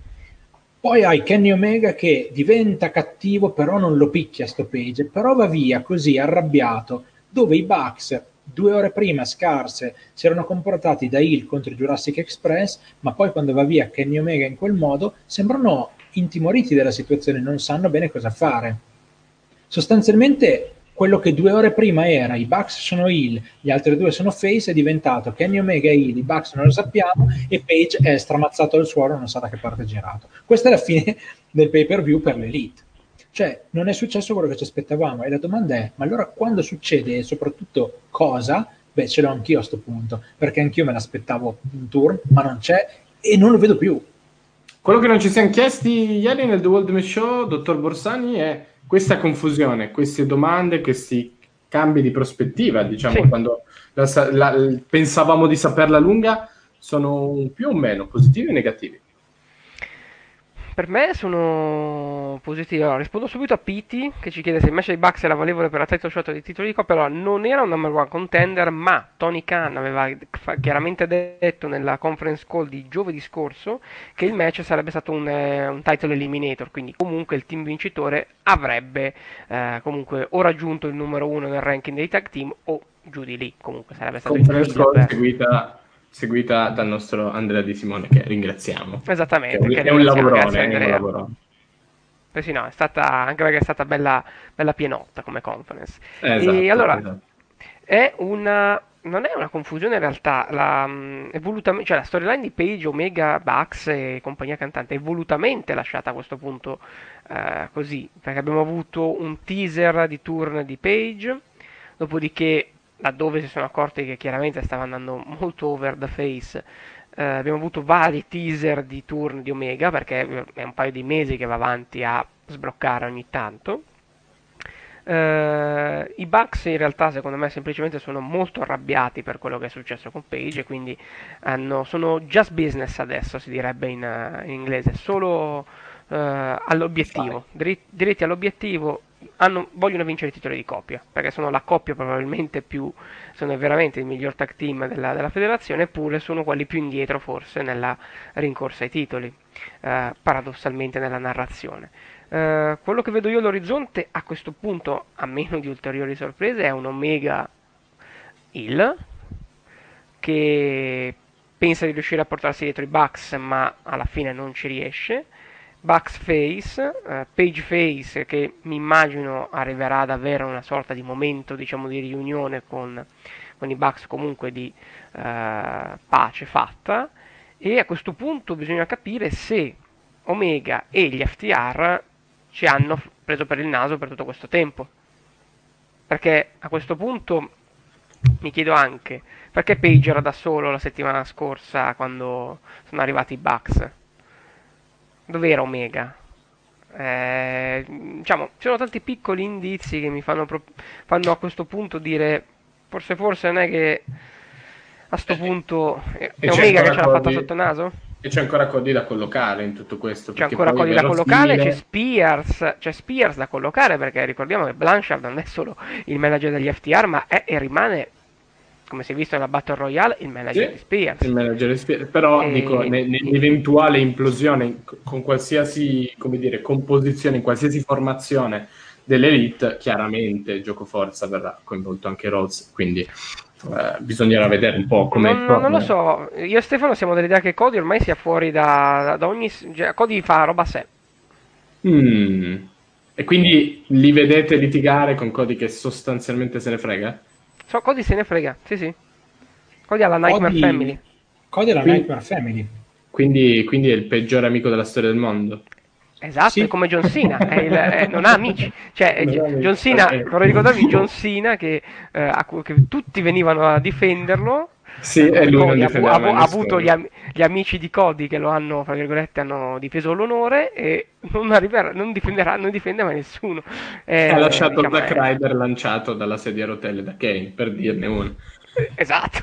Poi hai Kenny Omega che diventa cattivo, però non lo picchia sto Page, però va via così arrabbiato, dove i Bucks due ore prima scarse si erano comportati da heel contro i Jurassic Express, ma poi quando va via Kenny Omega in quel modo sembrano intimoriti della situazione, non sanno bene cosa fare. Sostanzialmente quello che due ore prima era i Bucks sono heel, gli altri due sono face, è diventato Kenny Omega heel, i Bucks non lo sappiamo, e Page è stramazzato al suolo, non sa da che parte è girato. Questa è la fine del pay per view per l'Elite. Cioè non è successo quello che ci aspettavamo, e la domanda è: ma allora quando succede e soprattutto cosa? Beh, ce l'ho anch'io a sto punto, perché anch'io me l'aspettavo un turn, ma non c'è e non lo vedo più.
Quello che non ci siamo chiesti ieri nel The World Show, dottor Borsani, è questa confusione, queste domande, questi cambi di prospettiva, diciamo, sì. Quando la, la, pensavamo di saperla lunga, sono più o meno positivi o negativi?
Per me sono sono positivi. Allora, rispondo subito a Piti che ci chiede se il match dei Bucks era valevole per la title shot dei titoli di coppia. Allora, non era un number one contender, ma Tony Khan aveva chiaramente detto nella conference call di giovedì scorso che il match sarebbe stato un, eh, un title eliminator, quindi comunque il team vincitore avrebbe eh, comunque o raggiunto il numero uno nel ranking dei tag team o giù di lì, comunque sarebbe stato
conference
il team
call
per...
seguita seguita dal nostro Andrea Di Simone, che ringraziamo.
Esattamente,
che
che
è un lavorone,
grazie,
è un
Andrea.
lavorone.
Eh sì, no, è stata anche perché è stata bella, bella pienotta come conference.
Esatto,
E allora
esatto.
è una non è una confusione in realtà, la, mh, è volutamente, cioè la storyline di Page, Omega, Bucks e compagnia cantante è volutamente lasciata a questo punto eh, così, perché abbiamo avuto un teaser di turn di Page, dopodiché laddove si sono accorti che chiaramente stava andando molto over the face, eh, abbiamo avuto vari teaser di turn di Omega, perché è un paio di mesi che va avanti a sbloccare ogni tanto. Uh, I Bucks in realtà secondo me semplicemente sono molto arrabbiati per quello che è successo con Page e quindi hanno, sono just business adesso, si direbbe in, uh, in inglese, solo uh, all'obiettivo, diri- diretti all'obiettivo, hanno, vogliono vincere i titoli di coppia perché sono la coppia probabilmente più, sono veramente il miglior tag team della, della federazione, eppure sono quelli più indietro forse nella rincorsa ai titoli, uh, paradossalmente nella narrazione. Uh, quello che vedo io all'orizzonte a questo punto, a meno di ulteriori sorprese, è un Omega Hill che pensa di riuscire a portarsi dietro i Bucks, ma alla fine non ci riesce. Bucks Face, uh, Page Face, che mi immagino arriverà ad avere una sorta di momento, diciamo, di riunione con, con i Bucks, comunque di uh, pace fatta. E a questo punto bisogna capire se Omega e gli F T R ci hanno preso per il naso per tutto questo tempo, perché a questo punto mi chiedo anche perché Page era da solo la settimana scorsa quando sono arrivati i Bucks, dov'era Omega? Eh, diciamo, ci sono tanti piccoli indizi che mi fanno, pro- fanno a questo punto dire forse forse non è che a sto punto è, è Omega che ce l'ha fatta sotto naso?
E c'è ancora Cody da collocare in tutto questo.
C'è ancora Cody da collocare, c'è Spears, c'è Spears da collocare, perché ricordiamo che Blanchard non è solo il manager degli F T R, ma è e rimane, come si è visto nella Battle Royale, il manager
sì,
di Spears.
Il manager di Spears. Però
e...
dico, nell'eventuale implosione con qualsiasi, come dire, composizione, in qualsiasi formazione dell'Elite, chiaramente gioco forza verrà coinvolto anche Rhodes, quindi Uh, bisognerà vedere un po' come
non, non lo so, io e Stefano siamo dell'idea che Cody ormai sia fuori da, da ogni, cioè, Cody fa roba a sé.
Mm. E quindi li vedete litigare con Cody che sostanzialmente se ne frega?
So, Cody se ne frega, sì sì. Cody ha la Nightmare
Cody,
Family.
Cody è la
quindi,
Nightmare Family.
Quindi, quindi è il peggiore amico della storia del mondo.
Esatto, sì. È come John Cena, è il, è, non ha amici, cioè
non
John Cena, vorrei ricordarvi John Cena che, eh, a, che tutti venivano a difenderlo,
sì, e lui non
ha, ha, ha avuto gli, am, gli amici di Cody che lo hanno, fra virgolette, hanno difeso l'onore e non, arriverà, non difenderà, non difende mai nessuno. Eh,
ha lasciato
diciamo,
Zack Ryder lanciato dalla sedia a rotelle da Kane, per dirne uno.
Esatto.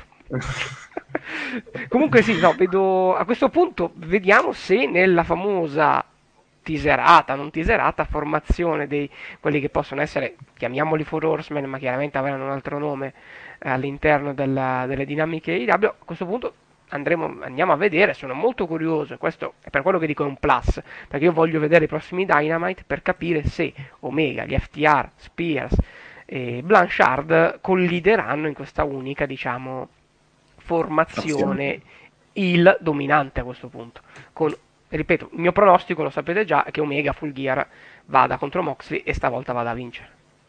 Comunque sì, no, vedo, a questo punto vediamo se nella famosa teaserata, non teaserata, formazione dei quelli che possono essere, chiamiamoli Four Horsemen, ma chiaramente avranno un altro nome eh, all'interno della, delle dinamiche I W. A questo punto andremo, andiamo a vedere, sono molto curioso, questo è per quello che dico è un plus, perché io voglio vedere i prossimi Dynamite per capire se Omega, gli F T R, Spears e Blanchard collideranno in questa unica, diciamo, formazione il dominante a questo punto, con, ripeto, il mio pronostico lo sapete già, è che Omega Full Gear vada contro Moxley e stavolta vada a vincere.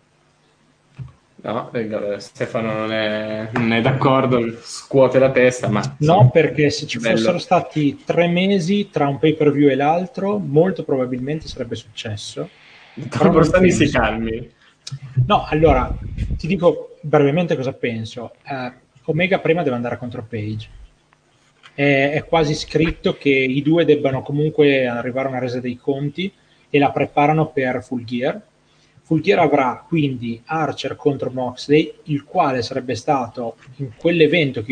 No, Stefano non è, non è d'accordo, scuote la testa, ma...
No, perché se ci
bello.
fossero stati tre mesi tra un pay per view e l'altro, molto probabilmente sarebbe successo.
Borstani si calmi.
No, allora, ti dico brevemente cosa penso. Uh, Omega prima deve andare contro Page. È, è quasi scritto che i due debbano comunque arrivare a una resa dei conti e la preparano per Full Gear. Full Gear avrà quindi Archer contro Moxley, il quale sarebbe stato in quell'evento che io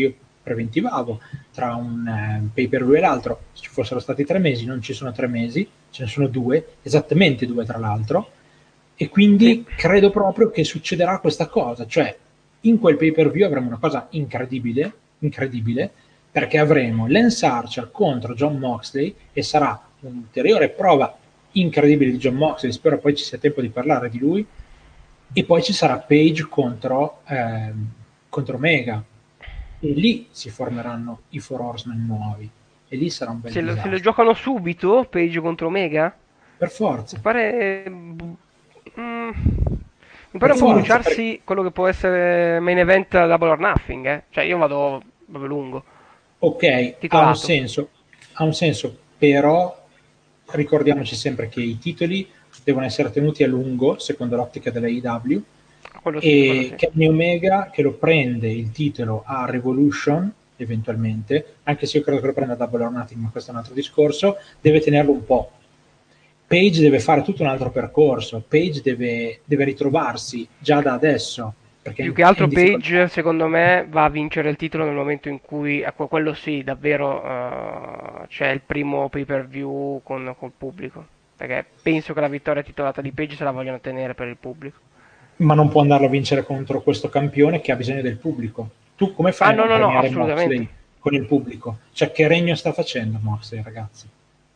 preventivavo, tra un eh, pay per view e l'altro ci fossero stati tre mesi, non ci sono tre mesi, ce ne sono due, esattamente due tra l'altro, e quindi sì. credo proprio che succederà questa cosa, cioè in quel pay per view avremo una cosa incredibile, incredibile, perché avremo Lance Archer contro Jon Moxley e sarà un'ulteriore prova incredibile di Jon Moxley, spero poi ci sia tempo di parlare di lui, e poi ci sarà Page contro, eh, contro Omega, e lì si formeranno i Four Horsemen nuovi, e lì sarà un bel
se lo,
disastro.
se lo giocano subito Page contro Omega?
Per forza.
Mi pare... Mm, mi
Per
pare un po'
forza,
bruciarsi
per...
quello che può essere main event Double or Nothing, eh. Cioè io vado proprio lungo.
Ok,
Titolato.
ha un senso, ha un senso, però ricordiamoci sempre che i titoli devono essere tenuti a lungo, secondo l'ottica della I W,
quello sì,
e
quello sì.
Kenny Omega che lo prende il titolo a Revolution, eventualmente, anche se io credo che lo prenda a Double or Nothing, ma questo è un altro discorso, deve tenerlo un po'. Page deve fare tutto un altro percorso, Page deve, deve ritrovarsi già da adesso. Perché
più che altro Page secondo me va a vincere il titolo nel momento in cui, ecco, quello sì, davvero uh, c'è il primo pay per view con col pubblico, perché penso che la vittoria titolata di Page se la vogliono tenere per il pubblico.
Ma non può andarlo a vincere contro questo campione che ha bisogno del pubblico. Tu come fai
ah,
a
no,
non
no, no,
premiare
assolutamente.
Moxley con il pubblico? Cioè, che regno sta facendo Moxley, ragazzi?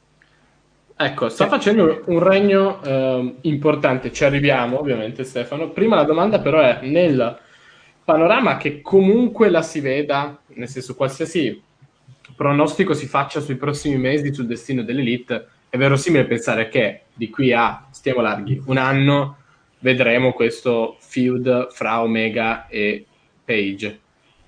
Ecco, sta facendo un regno eh, importante, ci arriviamo ovviamente Stefano. Prima la domanda però è, nel panorama che comunque la si veda, nel senso qualsiasi pronostico si faccia sui prossimi mesi sul destino dell'Elite, è verosimile pensare che di qui a, stiamo larghi, un anno vedremo questo feud fra Omega e Page.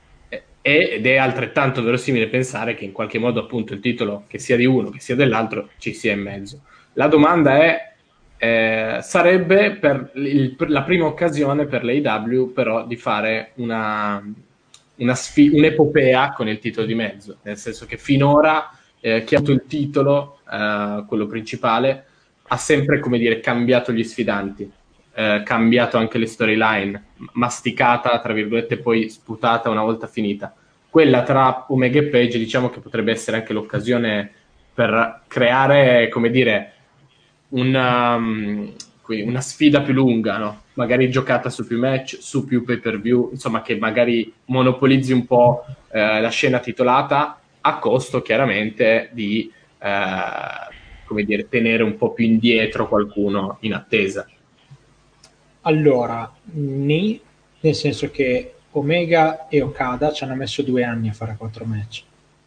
Ed è altrettanto verosimile pensare che in qualche modo appunto il titolo, che sia di uno che sia dell'altro, ci sia in mezzo. La domanda è eh, sarebbe per il, per la prima occasione per l'A E W però di fare una, una sfi- un'epopea con il titolo di mezzo, nel senso che finora eh, chi ha avuto il titolo, eh, quello principale, ha sempre, come dire, cambiato gli sfidanti. Eh, cambiato anche le storyline, masticata, tra virgolette, poi sputata una volta finita. Quella tra Omega e Page, diciamo che potrebbe essere anche l'occasione per creare, come dire, una, um, una sfida più lunga, no? Magari giocata su più match, su più pay-per-view, insomma che magari monopolizzi un po' eh, la scena titolata a costo chiaramente di eh, come dire, tenere un po' più indietro qualcuno in attesa.
Allora, ni, nel senso che Omega e Okada ci hanno messo due anni a fare quattro match.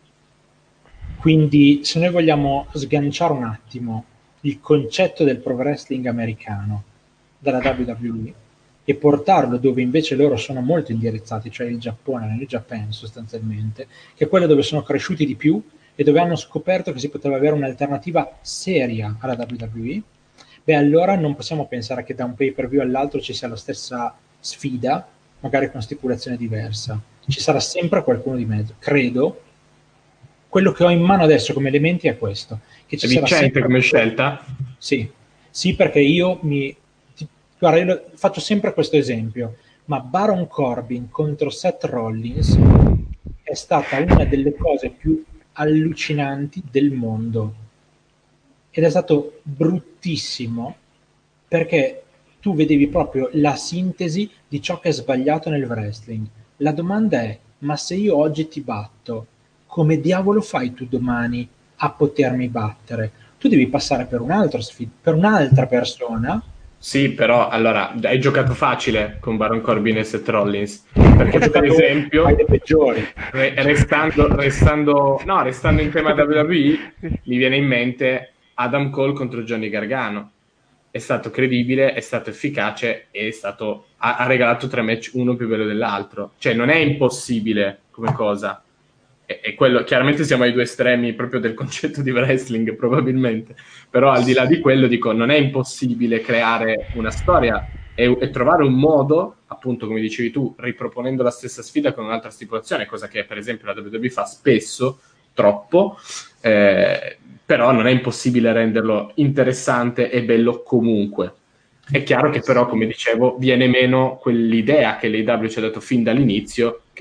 Quindi, se noi vogliamo sganciare un attimo il concetto del pro wrestling americano dalla W W E e portarlo dove invece loro sono molto indirizzati, cioè il Giappone, nel Giappone sostanzialmente, che è quello dove sono cresciuti di più e dove hanno scoperto che si poteva avere un'alternativa seria alla W W E, beh, allora non possiamo pensare che da un pay per view all'altro ci sia la stessa sfida, magari con stipulazione diversa. Ci sarà sempre qualcuno di mezzo. Credo, quello che ho in mano adesso come elementi è questo. Che ci
è
sarà
vincente
sempre...
come scelta?
Sì, sì, perché io mi... Guarda, io faccio sempre questo esempio, ma Baron Corbin contro Seth Rollins è stata una delle cose più allucinanti del mondo. Ed è stato bruttissimo perché tu vedevi proprio la sintesi di ciò che è sbagliato nel wrestling. La domanda è, ma se io oggi ti batto, come diavolo fai tu domani a potermi battere? Tu devi passare per un altro sfid- per un'altra persona.
Sì, però allora hai giocato facile con Baron Corbin e Seth Rollins, perché per esempio
fai dei peggiori.
re- restando, restando, no, restando in tema W W E mi viene in mente Adam Cole contro Johnny Gargano. È stato credibile, è stato efficace e è stato, ha, ha regalato tre match, uno più bello dell'altro. Cioè non è impossibile come cosa. E, e quello, chiaramente siamo ai due estremi proprio del concetto di wrestling, probabilmente. Però al di là di quello, dico, non è impossibile creare una storia e, e trovare un modo, appunto, come dicevi tu, riproponendo la stessa sfida con un'altra stipulazione, cosa che per esempio la W W E fa spesso, troppo, eh, però non è impossibile renderlo interessante e bello comunque. È chiaro che però, come dicevo, viene meno quell'idea che l'A E W ci ha dato fin dall'inizio, che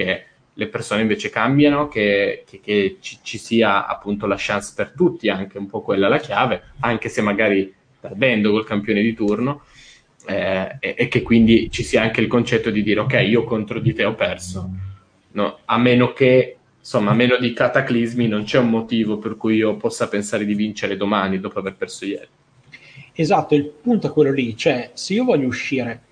le persone invece cambiano, che, che, che ci, ci sia appunto la chance per tutti, anche un po' quella la chiave, anche se magari perdendo col campione di turno, eh, e, e che quindi ci sia anche il concetto di dire ok, io contro di te ho perso, no? A meno che, insomma, a meno di cataclismi non c'è un motivo per cui io possa pensare di vincere domani dopo aver perso ieri.
Esatto, il punto è quello lì, cioè se io voglio uscire,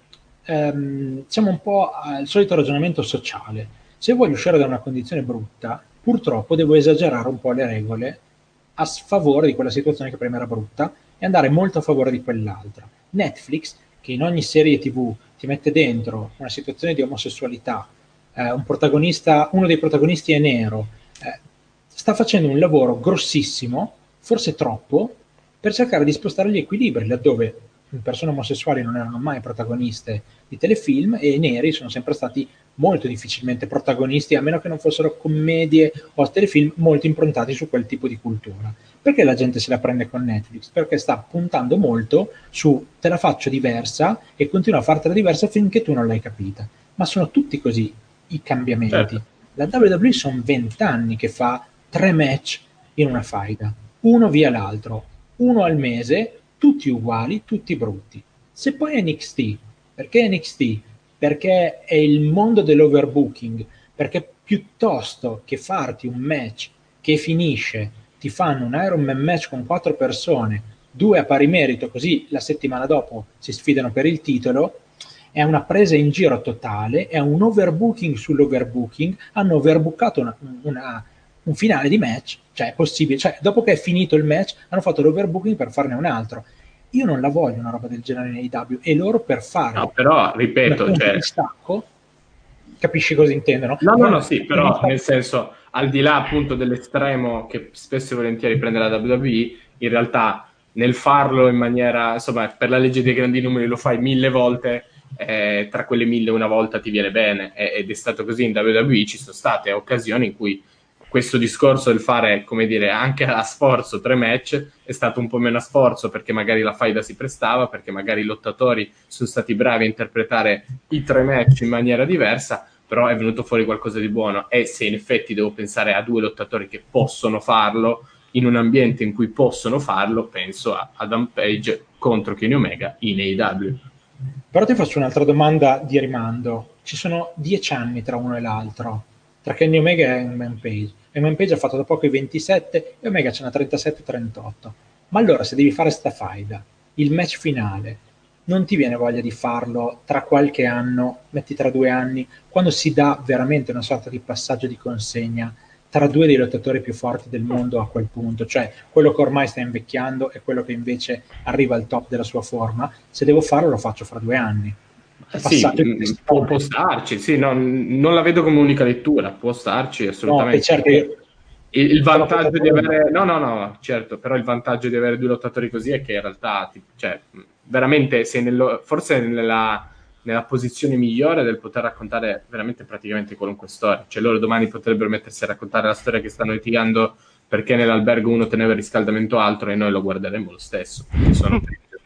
ehm, siamo un po' al solito ragionamento sociale, se voglio uscire da una condizione brutta, purtroppo devo esagerare un po' le regole a sfavore di quella situazione che prima era brutta e andare molto a favore di quell'altra. Netflix, che in ogni serie tivù ti mette dentro una situazione di omosessualità, eh, un protagonista, uno dei protagonisti è nero, eh, sta facendo un lavoro grossissimo, forse troppo, per cercare di spostare gli equilibri, laddove persone omosessuali non erano mai protagoniste di telefilm e i neri sono sempre stati molto difficilmente protagonisti, a meno che non fossero commedie o telefilm molto improntati su quel tipo di cultura. Perché la gente se la prende con Netflix? Perché sta puntando molto su te la faccio diversa e continua a fartela diversa finché tu non l'hai capita. Ma sono tutti così i cambiamenti. Certo. La W W E sono vent'anni che fa tre match in una faida, uno via l'altro, uno al mese, tutti uguali, tutti brutti. Se poi N X T, perché N X T? Perché è il mondo dell'overbooking, perché piuttosto che farti un match che finisce, ti fanno un Iron Man match con quattro persone, due a pari merito, così la settimana dopo si sfidano per il titolo, è una presa in giro totale, è un overbooking sull'overbooking, hanno overbookato una, una, un finale di match, cioè è possibile, cioè dopo che è finito il match hanno fatto l'overbooking per farne un altro. Io non la voglio una roba del genere in A E W e loro per fare
no, però ripeto, cioè...
di stacco, capisci cosa intendono?
No, no, no, sì, però nel senso, al di là appunto dell'estremo che spesso e volentieri prende la W W E, in realtà nel farlo in maniera, insomma, per la legge dei grandi numeri lo fai mille volte, eh, tra quelle mille una volta ti viene bene, eh, ed è stato così in W W E. Ci sono state occasioni in cui questo discorso del fare, come dire, anche a sforzo tre match è stato un po' meno a sforzo, perché magari la faida si prestava, perché magari i lottatori sono stati bravi a interpretare i tre match in maniera diversa, però è venuto fuori qualcosa di buono. E se in effetti devo pensare a due lottatori che possono farlo in un ambiente in cui possono farlo, penso a Adam Page contro Kenny Omega in A E W.
Però ti faccio un'altra domanda di rimando. Ci sono dieci anni tra uno e l'altro, tra Kenny Omega e Hangman Page. Hangman Page ha fatto da poco i ventisette e Omega ce n'ha trentasette trentotto. Ma allora se devi fare sta faida, il match finale, non ti viene voglia di farlo tra qualche anno, metti tra due anni, quando si dà veramente una sorta di passaggio di consegna tra due dei lottatori più forti del mondo a quel punto, cioè quello che ormai sta invecchiando e quello che invece arriva al top della sua forma? Se devo farlo lo faccio fra due anni.
Sì, può, può starci, sì, no, non la vedo come unica lettura, può starci assolutamente.
No, certo, io...
il, il vantaggio di avere, no, no, no, certo, però il vantaggio di avere due lottatori così è che in realtà, cioè, veramente sei nello, forse nella, nella posizione migliore del poter raccontare veramente praticamente qualunque storia. Cioè loro domani potrebbero mettersi a raccontare la storia che stanno litigando perché nell'albergo uno teneva il riscaldamento alto e noi lo guarderemo lo stesso, perché sono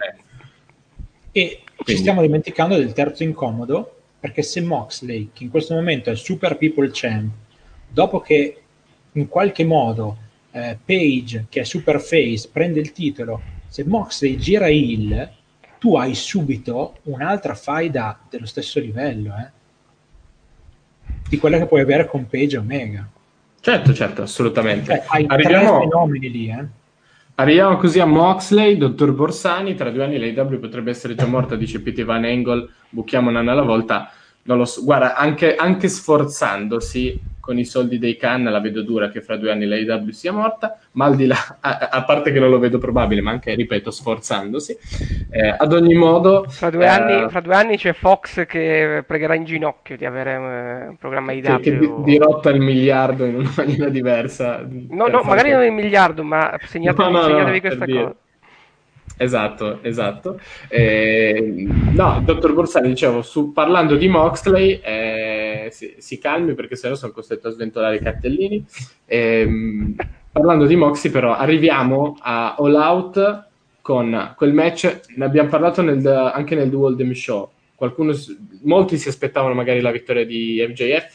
e Quindi. Ci stiamo dimenticando del terzo incomodo, perché se Moxley, che in questo momento è Super People Champ, dopo che in qualche modo eh, Page, che è Super Face, prende il titolo, se Moxley gira heel, tu hai subito un'altra faida dello stesso livello, eh? Di quella che puoi avere con Page e Omega.
Certo, certo, assolutamente.
Cioè, hai
Arriviamo...
tre fenomeni lì, eh?
Arriviamo così a Moxley, dottor Borsani. Tra due anni l'A E W potrebbe essere già morta, dice P T Van Angle, buchiamo un anno alla volta. Non lo so. Guarda, anche, anche sforzandosi con i soldi dei Khan la vedo dura che fra due anni l'A E W sia morta, ma al di là, a, a parte che non lo vedo probabile, ma anche, ripeto, sforzandosi, eh, ad ogni modo...
Fra due, eh, anni, fra due anni c'è Fox che pregherà in ginocchio di avere un, un programma A E W.
Che, che dirotta il miliardo in una maniera diversa.
No, no, magari non il miliardo, ma segnatevi, no, no, segnatevi no, questa cosa.
Esatto, esatto. Eh, no, dottor Borsani, dicevo, su, parlando di Moxley, eh, si, si calmi perché sennò sono costretto a sventolare i cartellini. Eh, parlando di Moxley, però, arriviamo a All Out con quel match, ne abbiamo parlato nel, anche nel The Waldem Show. Qualcuno, molti si aspettavano magari la vittoria di M J F,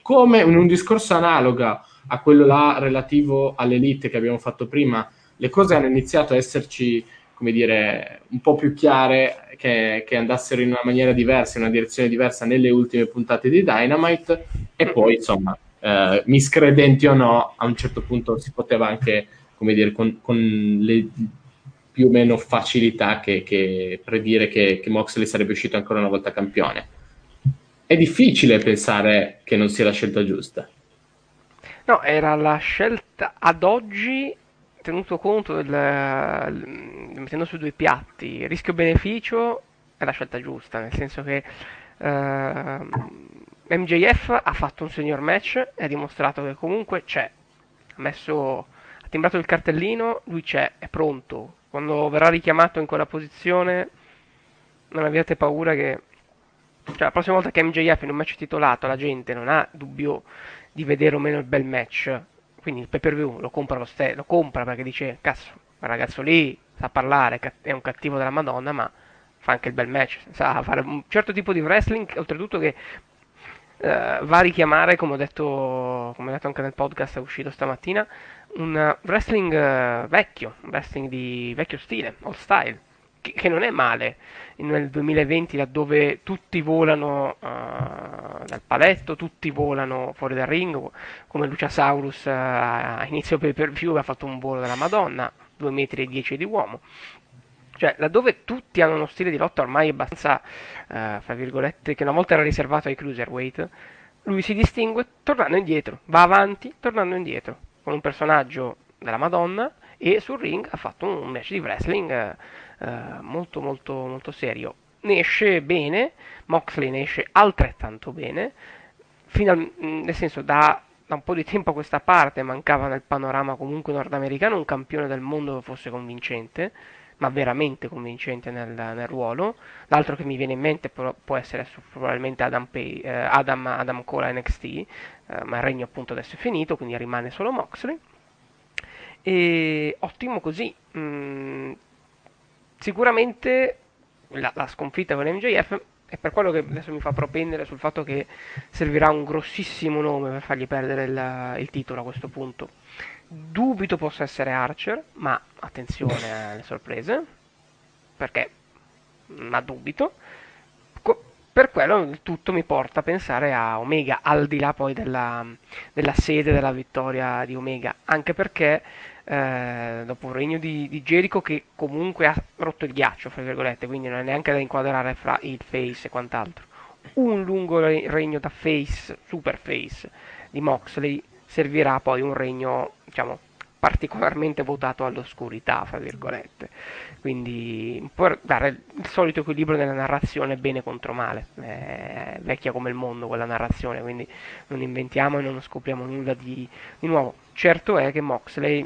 come in un discorso analogo a quello là relativo all'elite che abbiamo fatto prima, le cose hanno iniziato a esserci, come dire, un po' più chiare, che, che andassero in una maniera diversa, in una direzione diversa nelle ultime puntate di Dynamite, e poi insomma eh, miscredenti o no, a un certo punto si poteva anche, come dire, con, con le più o meno facilità che, che predire che, che Moxley sarebbe uscito ancora una volta campione. È difficile pensare che non sia la scelta giusta.
No, era la scelta ad oggi, tenuto conto del, mettendo su due piatti, rischio-beneficio, è la scelta giusta, nel senso che uh, M J F ha fatto un senior match e ha dimostrato che comunque c'è, ha messo, ha timbrato il cartellino, lui c'è, è pronto. Quando verrà richiamato in quella posizione non abbiate paura che, cioè, la prossima volta che M J F in un match titolato la gente non ha dubbio di vedere o meno il bel match, quindi il pay per view lo compra lo stesso, lo compra perché dice cazzo, quel ragazzo lì sa parlare, è un cattivo della Madonna, ma fa anche il bel match, sa fare un certo tipo di wrestling, oltretutto che Uh, va a richiamare, come ho detto, come ho detto anche nel podcast uscito stamattina, un uh, wrestling uh, vecchio, un wrestling di vecchio stile, old style, che, che non è male nel duemilaventi, laddove tutti volano uh, dal paletto, tutti volano fuori dal ring, come Luciasaurus uh, a inizio pay per view ha fatto un volo della Madonna, due metri e dieci di uomo. Cioè, laddove tutti hanno uno stile di lotta ormai abbastanza, eh, fra virgolette, che una volta era riservato ai cruiserweight, lui si distingue tornando indietro, va avanti tornando indietro, con un personaggio della Madonna, e sul ring ha fatto un match di wrestling eh, molto molto molto serio. Ne esce bene, Moxley ne esce altrettanto bene, final, nel senso da... da un po' di tempo a questa parte mancava nel panorama comunque nordamericano un campione del mondo che fosse convincente, ma veramente convincente nel, nel ruolo. L'altro che mi viene in mente può, può essere probabilmente Adam, Pay, eh, Adam, Adam Cole a N X T, eh, ma il regno appunto adesso è finito, quindi rimane solo Moxley. E ottimo così. Mm, sicuramente la, la sconfitta con M J F è per quello che adesso mi fa propendere sul fatto che servirà un grossissimo nome per fargli perdere il, il titolo a questo punto. Dubito possa essere Archer, ma attenzione alle sorprese, perché ma dubito. Co- per quello il tutto mi porta a pensare a Omega, al di là poi della, della sede della vittoria di Omega, anche perché eh, dopo un regno di, di Jericho che comunque ha rotto il ghiaccio, fra virgolette, quindi non è neanche da inquadrare fra il face e quant'altro, un lungo regno da face, super face di Moxley servirà poi un regno, diciamo, particolarmente votato all'oscurità, fra virgolette, quindi un po' dare il solito equilibrio nella narrazione, bene contro male. È vecchia come il mondo quella narrazione, quindi non inventiamo e non scopriamo nulla di, di nuovo. Certo è che Moxley,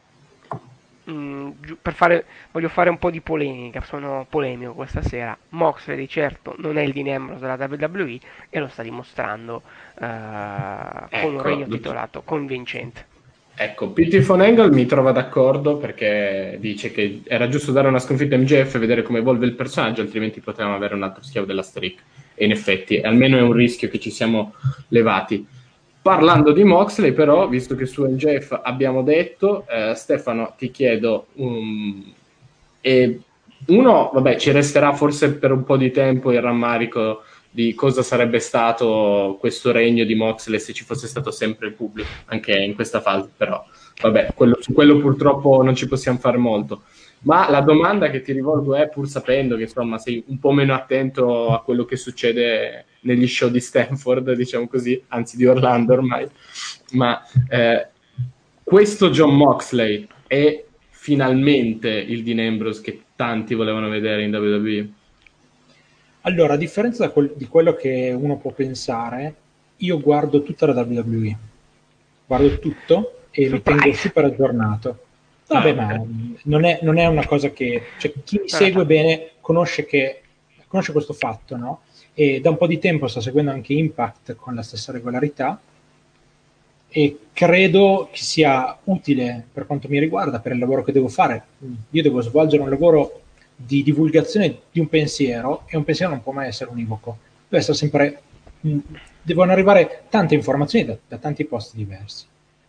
mh, per fare, voglio fare un po' di polemica, sono polemico questa sera, Moxley di certo non è il Dean Ambrose della W W E e lo sta dimostrando uh, ecco, con un regno titolato convincente.
Ecco, P T von Engel mi trova d'accordo, perché dice che era giusto dare una sconfitta a M J F e vedere come evolve il personaggio, altrimenti potevamo avere un altro schiavo della streak, e in effetti almeno è un rischio che ci siamo levati. Parlando di Moxley però, visto che su M J F abbiamo detto, eh, Stefano, ti chiedo um, e uno, vabbè, ci resterà forse per un po' di tempo il rammarico di cosa sarebbe stato questo regno di Moxley se ci fosse stato sempre il pubblico, anche in questa fase, però vabbè, quello, su quello purtroppo non ci possiamo fare molto. Ma la domanda che ti rivolgo è, pur sapendo che insomma sei un po' meno attento a quello che succede negli show di Stanford, diciamo così, anzi di Orlando ormai, ma eh, questo Jon Moxley è finalmente il Dean Ambrose che tanti volevano vedere in W W E?
Allora, a differenza da quel, di quello che uno può pensare, io guardo tutta la W W E, guardo tutto e mi tengo super aggiornato. Vabbè, ma non è, non è una cosa che... Cioè, chi mi segue bene conosce, che, conosce questo fatto, no? E da un po' di tempo sta seguendo anche Impact con la stessa regolarità e credo che sia utile per quanto mi riguarda, per il lavoro che devo fare. Io devo svolgere un lavoro di divulgazione di un pensiero, e un pensiero non può mai essere univoco, deve essere sempre devono arrivare tante informazioni da, da tanti posti diversi.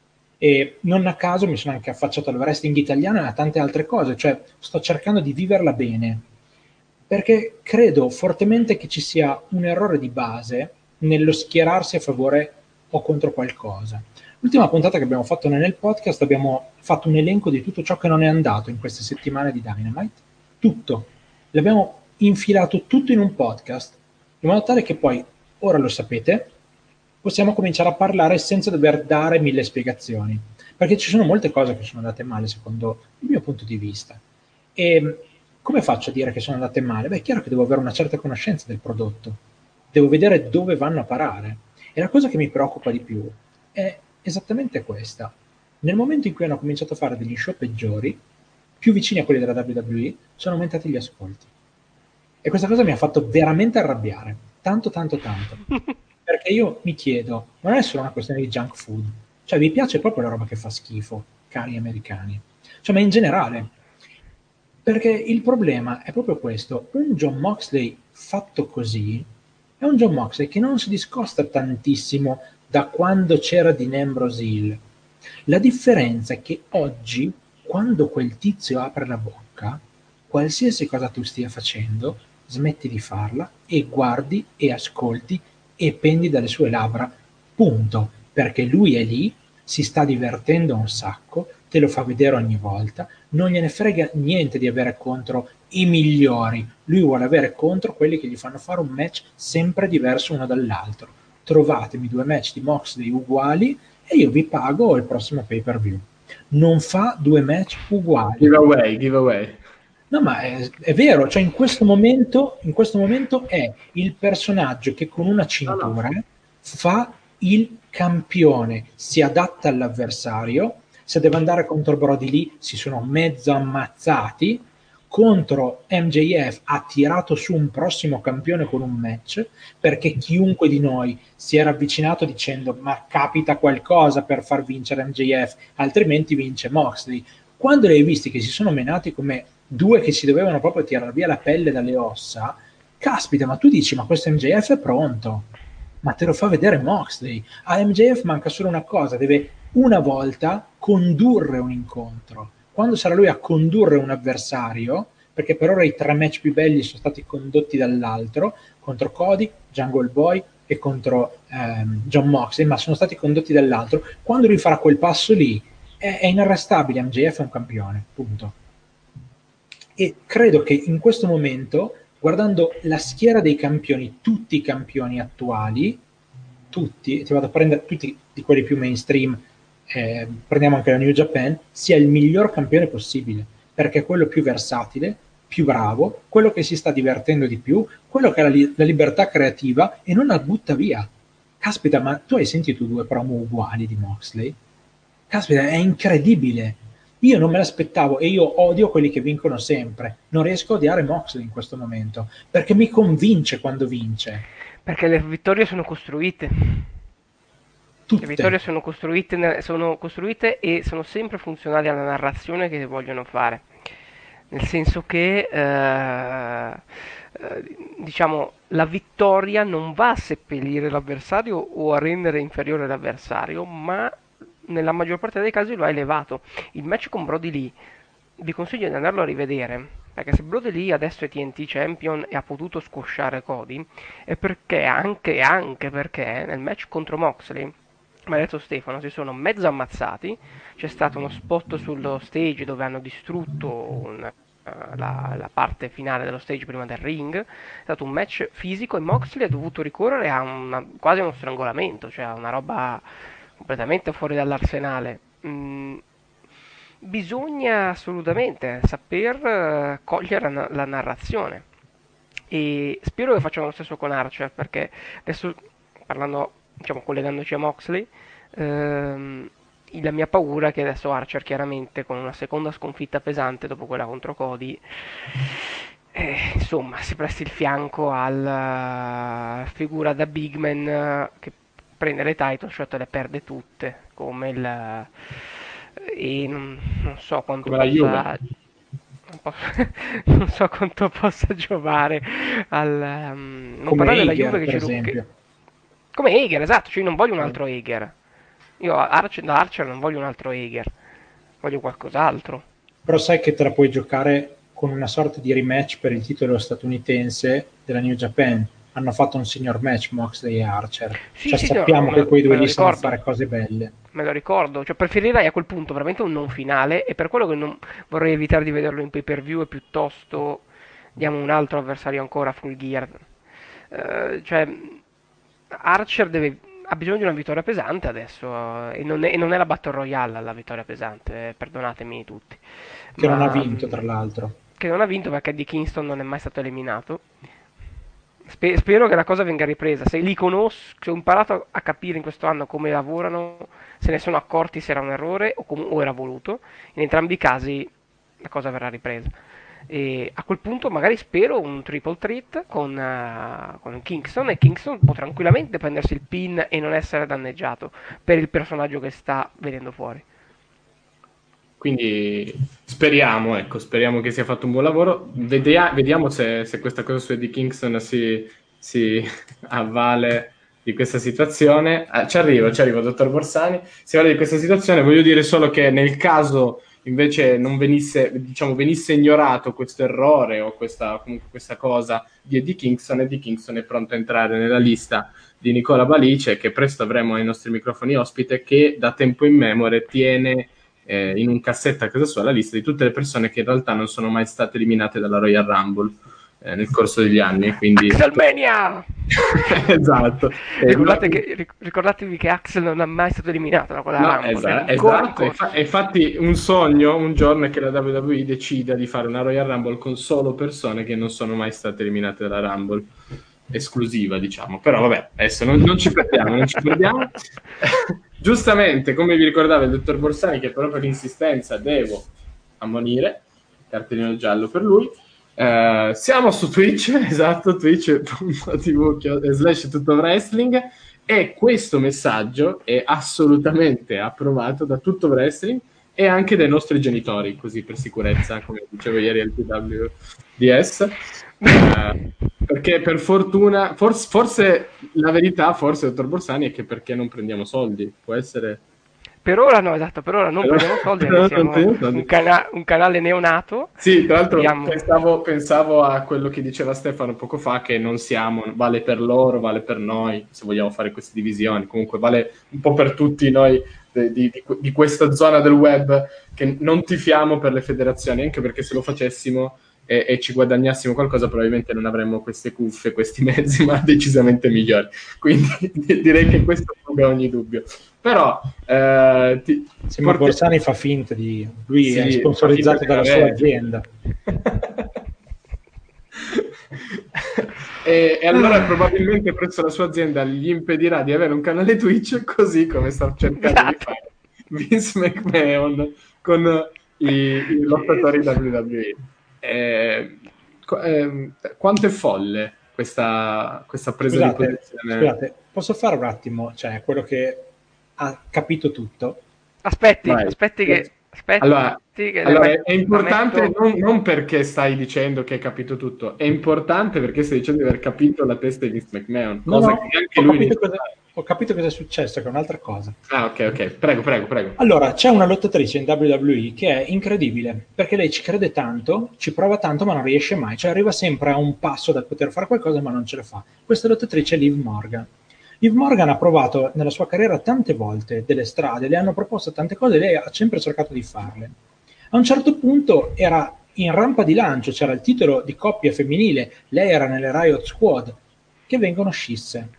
E non a caso mi sono anche affacciato al wrestling italiano e a tante altre cose, cioè sto cercando di viverla bene, perché credo fortemente che ci sia un errore di base nello schierarsi a favore o contro qualcosa. L'ultima puntata che abbiamo fatto nel podcast abbiamo fatto un elenco di tutto ciò che non è andato in queste settimane di Dynamite, tutto, l'abbiamo infilato tutto in un podcast, in modo tale che poi, ora lo sapete, possiamo cominciare a parlare senza dover dare mille spiegazioni, perché ci sono molte cose che sono andate male secondo il mio punto di vista. E come faccio a dire che sono andate male? Beh, è chiaro che devo avere una certa conoscenza del prodotto, devo vedere dove vanno a parare. E la cosa che mi preoccupa di più è esattamente questa. Nel momento in cui hanno cominciato a fare degli show peggiori, più vicini a quelli della W W E, sono aumentati gli ascolti. E questa cosa mi ha fatto veramente arrabbiare, tanto tanto tanto. Perché io mi chiedo, non è solo una questione di junk food, cioè vi piace proprio la roba che fa schifo, cari americani, cioè ma in generale, perché il problema è proprio questo, un Jon Moxley fatto così è un Jon Moxley che non si discosta tantissimo da quando c'era Dean Ambrose Hill. La differenza è che oggi, quando quel tizio apre la bocca, qualsiasi cosa tu stia facendo, smetti di farla e guardi e ascolti e pendi dalle sue labbra, punto, perché lui è lì, si sta divertendo un sacco, te lo fa vedere ogni volta, non gliene frega niente di avere contro i migliori, lui vuole avere contro quelli che gli fanno fare un match sempre diverso uno dall'altro. Trovatemi due match di Moxley uguali e io vi pago il prossimo pay per view. Non fa due match uguali.
Give away, give away.
No, ma è, è vero, cioè in questo momento, in questo momento è il personaggio che con una cintura no, no. fa il campione, si adatta all'avversario, se deve andare contro Brody Lee si sono mezzo ammazzati, contro M J F ha tirato su un prossimo campione con un match, perché chiunque di noi si era avvicinato dicendo ma capita qualcosa per far vincere M J F, altrimenti vince Moxley. Quando li hai visti che si sono menati come due che si dovevano proprio tirare via la pelle dalle ossa, caspita, ma tu dici ma questo M J F è pronto, ma te lo fa vedere Moxley. A M J F manca solo una cosa, deve una volta condurre un incontro. Quando sarà lui a condurre un avversario, perché per ora i tre match più belli sono stati condotti dall'altro, contro Cody, Jungle Boy e contro ehm, Jon Moxley, ma sono stati condotti dall'altro, quando lui farà quel passo lì è, è inarrestabile, M J F è un campione, punto. E credo che in questo momento, guardando la schiera dei campioni, tutti i campioni attuali, tutti, ti vado a prendere tutti di quelli più mainstream, eh, prendiamo anche la New Japan, sia il miglior campione possibile, perché è quello più versatile, più bravo, quello che si sta divertendo di più, quello che ha la, li- la libertà creativa e non la butta via. Caspita, ma tu hai sentito due promo uguali di Moxley? Caspita, è incredibile. Io non me l'aspettavo e io odio quelli che vincono sempre. Non riesco a odiare Moxley in questo momento, perché mi convince quando vince.
Perché le vittorie sono costruite.
Tutte.
Le vittorie sono costruite, sono costruite e sono sempre funzionali alla narrazione che vogliono fare. Nel senso che, eh, eh, diciamo, la vittoria non va a seppellire l'avversario o a rendere inferiore l'avversario, ma nella maggior parte dei casi lo ha elevato. Il match con Brody Lee, vi consiglio di andarlo a rivedere, perché se Brody Lee adesso è T N T Champion e ha potuto squasciare Cody, è perché, anche, anche perché nel match contro Moxley, come ha detto Stefano, si sono mezzo ammazzati, c'è stato uno spot sullo stage dove hanno distrutto un, uh, la, la parte finale dello stage prima del ring, è stato un match fisico e Moxley ha dovuto ricorrere a una, quasi uno strangolamento, cioè a una roba completamente fuori dall'arsenale. Mm, bisogna assolutamente saper uh, cogliere la, la narrazione e spero che facciano lo stesso con Archer, perché adesso parlando, diciamo, collegandoci a Moxley, ehm, la mia paura è che adesso Archer, chiaramente con una seconda sconfitta pesante dopo quella contro Cody, eh, insomma, si presti il fianco alla figura da big man eh, che prende le title shot e le perde tutte, come il e non, non so quanto
come
possa
la
non, posso, non so quanto possa giovare al um, non
come
parlare della
Hager,
Juve che
per
ci
esempio.
che, Come Hager, esatto, cioè io non voglio un altro Hager. Io Archer, da Archer non voglio un altro Hager, voglio qualcos'altro.
Però sai che te la puoi giocare con una sorta di rematch per il titolo statunitense della New Japan. Hanno fatto un senior match Moxley e Archer.
Sì,
cioè
sì,
sappiamo
no,
che
me,
quei due
me lo
lì sanno
ricordo.
fare cose belle.
Me lo ricordo, cioè preferirei a quel punto veramente un non finale, e per quello che non vorrei evitare di vederlo in pay per view e piuttosto diamo un altro avversario ancora full gear. Eh, cioè Archer deve, ha bisogno di una vittoria pesante adesso, eh, e, non è, e non è la Battle Royale la vittoria pesante, eh, perdonatemi tutti.
Che
Ma,
non ha vinto, tra l'altro.
Che non ha vinto perché Eddie Kingston non è mai stato eliminato. Spe- spero che la cosa venga ripresa. Se li conosco, se ho imparato a capire in questo anno come lavorano, se ne sono accorti se era un errore o, com- o era voluto. In entrambi i casi la cosa verrà ripresa. E a quel punto magari spero un triple threat con, uh, con Kingston, e Kingston può tranquillamente prendersi il pin e non essere danneggiato per il personaggio che sta venendo fuori.
Quindi speriamo, ecco, speriamo che sia fatto un buon lavoro. Vedia- vediamo se, se questa cosa su Eddie Kingston si, si avvale di questa situazione. Ah, ci arrivo, ci arrivo, dottor Borsani. Si avvale di questa situazione. Voglio dire solo che nel caso invece non venisse, diciamo, venisse ignorato questo errore o questa, comunque questa cosa di Eddie Kingston, Eddie Kingston è pronto a entrare nella lista di Nicola Balice, che presto avremo ai nostri microfoni ospite, che da tempo immemore tiene Eh, in un cassetto a casa sua la lista di tutte le persone che in realtà non sono mai state eliminate dalla Royal Rumble eh, nel corso degli anni. Quindi
Axelmania!
esatto.
Ricordate
Eh,
che, ric- ricordatevi che Axel non è mai stato eliminato da quella
no,
Rumble.
esatto,
è ancora in
esatto.
corso.
Infa- infatti un sogno un giorno è che la W W E decida di fare una Royal Rumble con solo persone che non sono mai state eliminate dalla Rumble, esclusiva, diciamo. Però vabbè, adesso non, non ci perdiamo, non ci perdiamo. Giustamente, come vi ricordava il dottor Borsani, che però per l'insistenza devo ammonire, cartellino giallo per lui. Uh, siamo su Twitch, esatto, twitch punto tv slash tutto wrestling, e questo messaggio è assolutamente approvato da Tutto Wrestling e anche dai nostri genitori, così per sicurezza, come dicevo ieri al P W D S. Uh, perché per fortuna, forse, forse la verità, forse, dottor Borsani, è che perché non prendiamo soldi, può essere...
Per ora no, esatto, per ora non
Per ora-
prendiamo soldi,
per ora
perché
non
siamo
prendiamo soldi.
un, cana- un canale neonato.
Sì, tra l'altro
Speriamo-
pensavo, pensavo a quello che diceva Stefano poco fa, che non siamo, vale per loro, vale per noi, se vogliamo fare queste divisioni, comunque vale un po' per tutti noi di, di, di questa zona del web, che non tifiamo per le federazioni, anche perché se lo facessimo e, e ci guadagnassimo qualcosa probabilmente non avremmo queste cuffie, questi mezzi, ma decisamente migliori. Quindi direi che questo fuga ogni dubbio. Però eh, ti,
Sì, ma
porti-
Borsani fa finta di... Lui
Sì,
è
fa
sponsorizzato
finta
dalla
di
sua
avere.
azienda.
e, e allora probabilmente presso la sua azienda gli impedirà di avere un canale Twitch, così come sta cercando di
Esatto.
fare Vince McMahon con i, i lottatori W W E. Eh, qu- ehm, quanto è folle questa, questa presa
Scusate,
di posizione?
scusate, posso fare un attimo, cioè quello che ha capito tutto?
Aspetti,
Vai.
aspetti che... Aspetti
Allora,
che
allora,
le-
è importante
ammetto-
non, non perché stai dicendo che hai capito tutto, è importante perché stai dicendo di aver capito la testa di Vince McMahon,
No,
cosa
no,
che anche
ho
lui
capito,
inizia a
cosa,
fare.
ho capito cosa è successo, che è un'altra cosa.
Ah, ok, ok, prego, prego, prego.
Allora, c'è una lottatrice in W W E che è incredibile, perché lei ci crede tanto, ci prova tanto, ma non riesce mai. Cioè arriva sempre a un passo dal poter fare qualcosa, ma non ce la fa. Questa lottatrice è Liv Morgan. Liv Morgan ha provato nella sua carriera tante volte delle strade, le hanno proposto tante cose e lei ha sempre cercato di farle. A un certo punto era in rampa di lancio, c'era il titolo di coppia femminile, lei era nelle Riot Squad, che vengono scisse.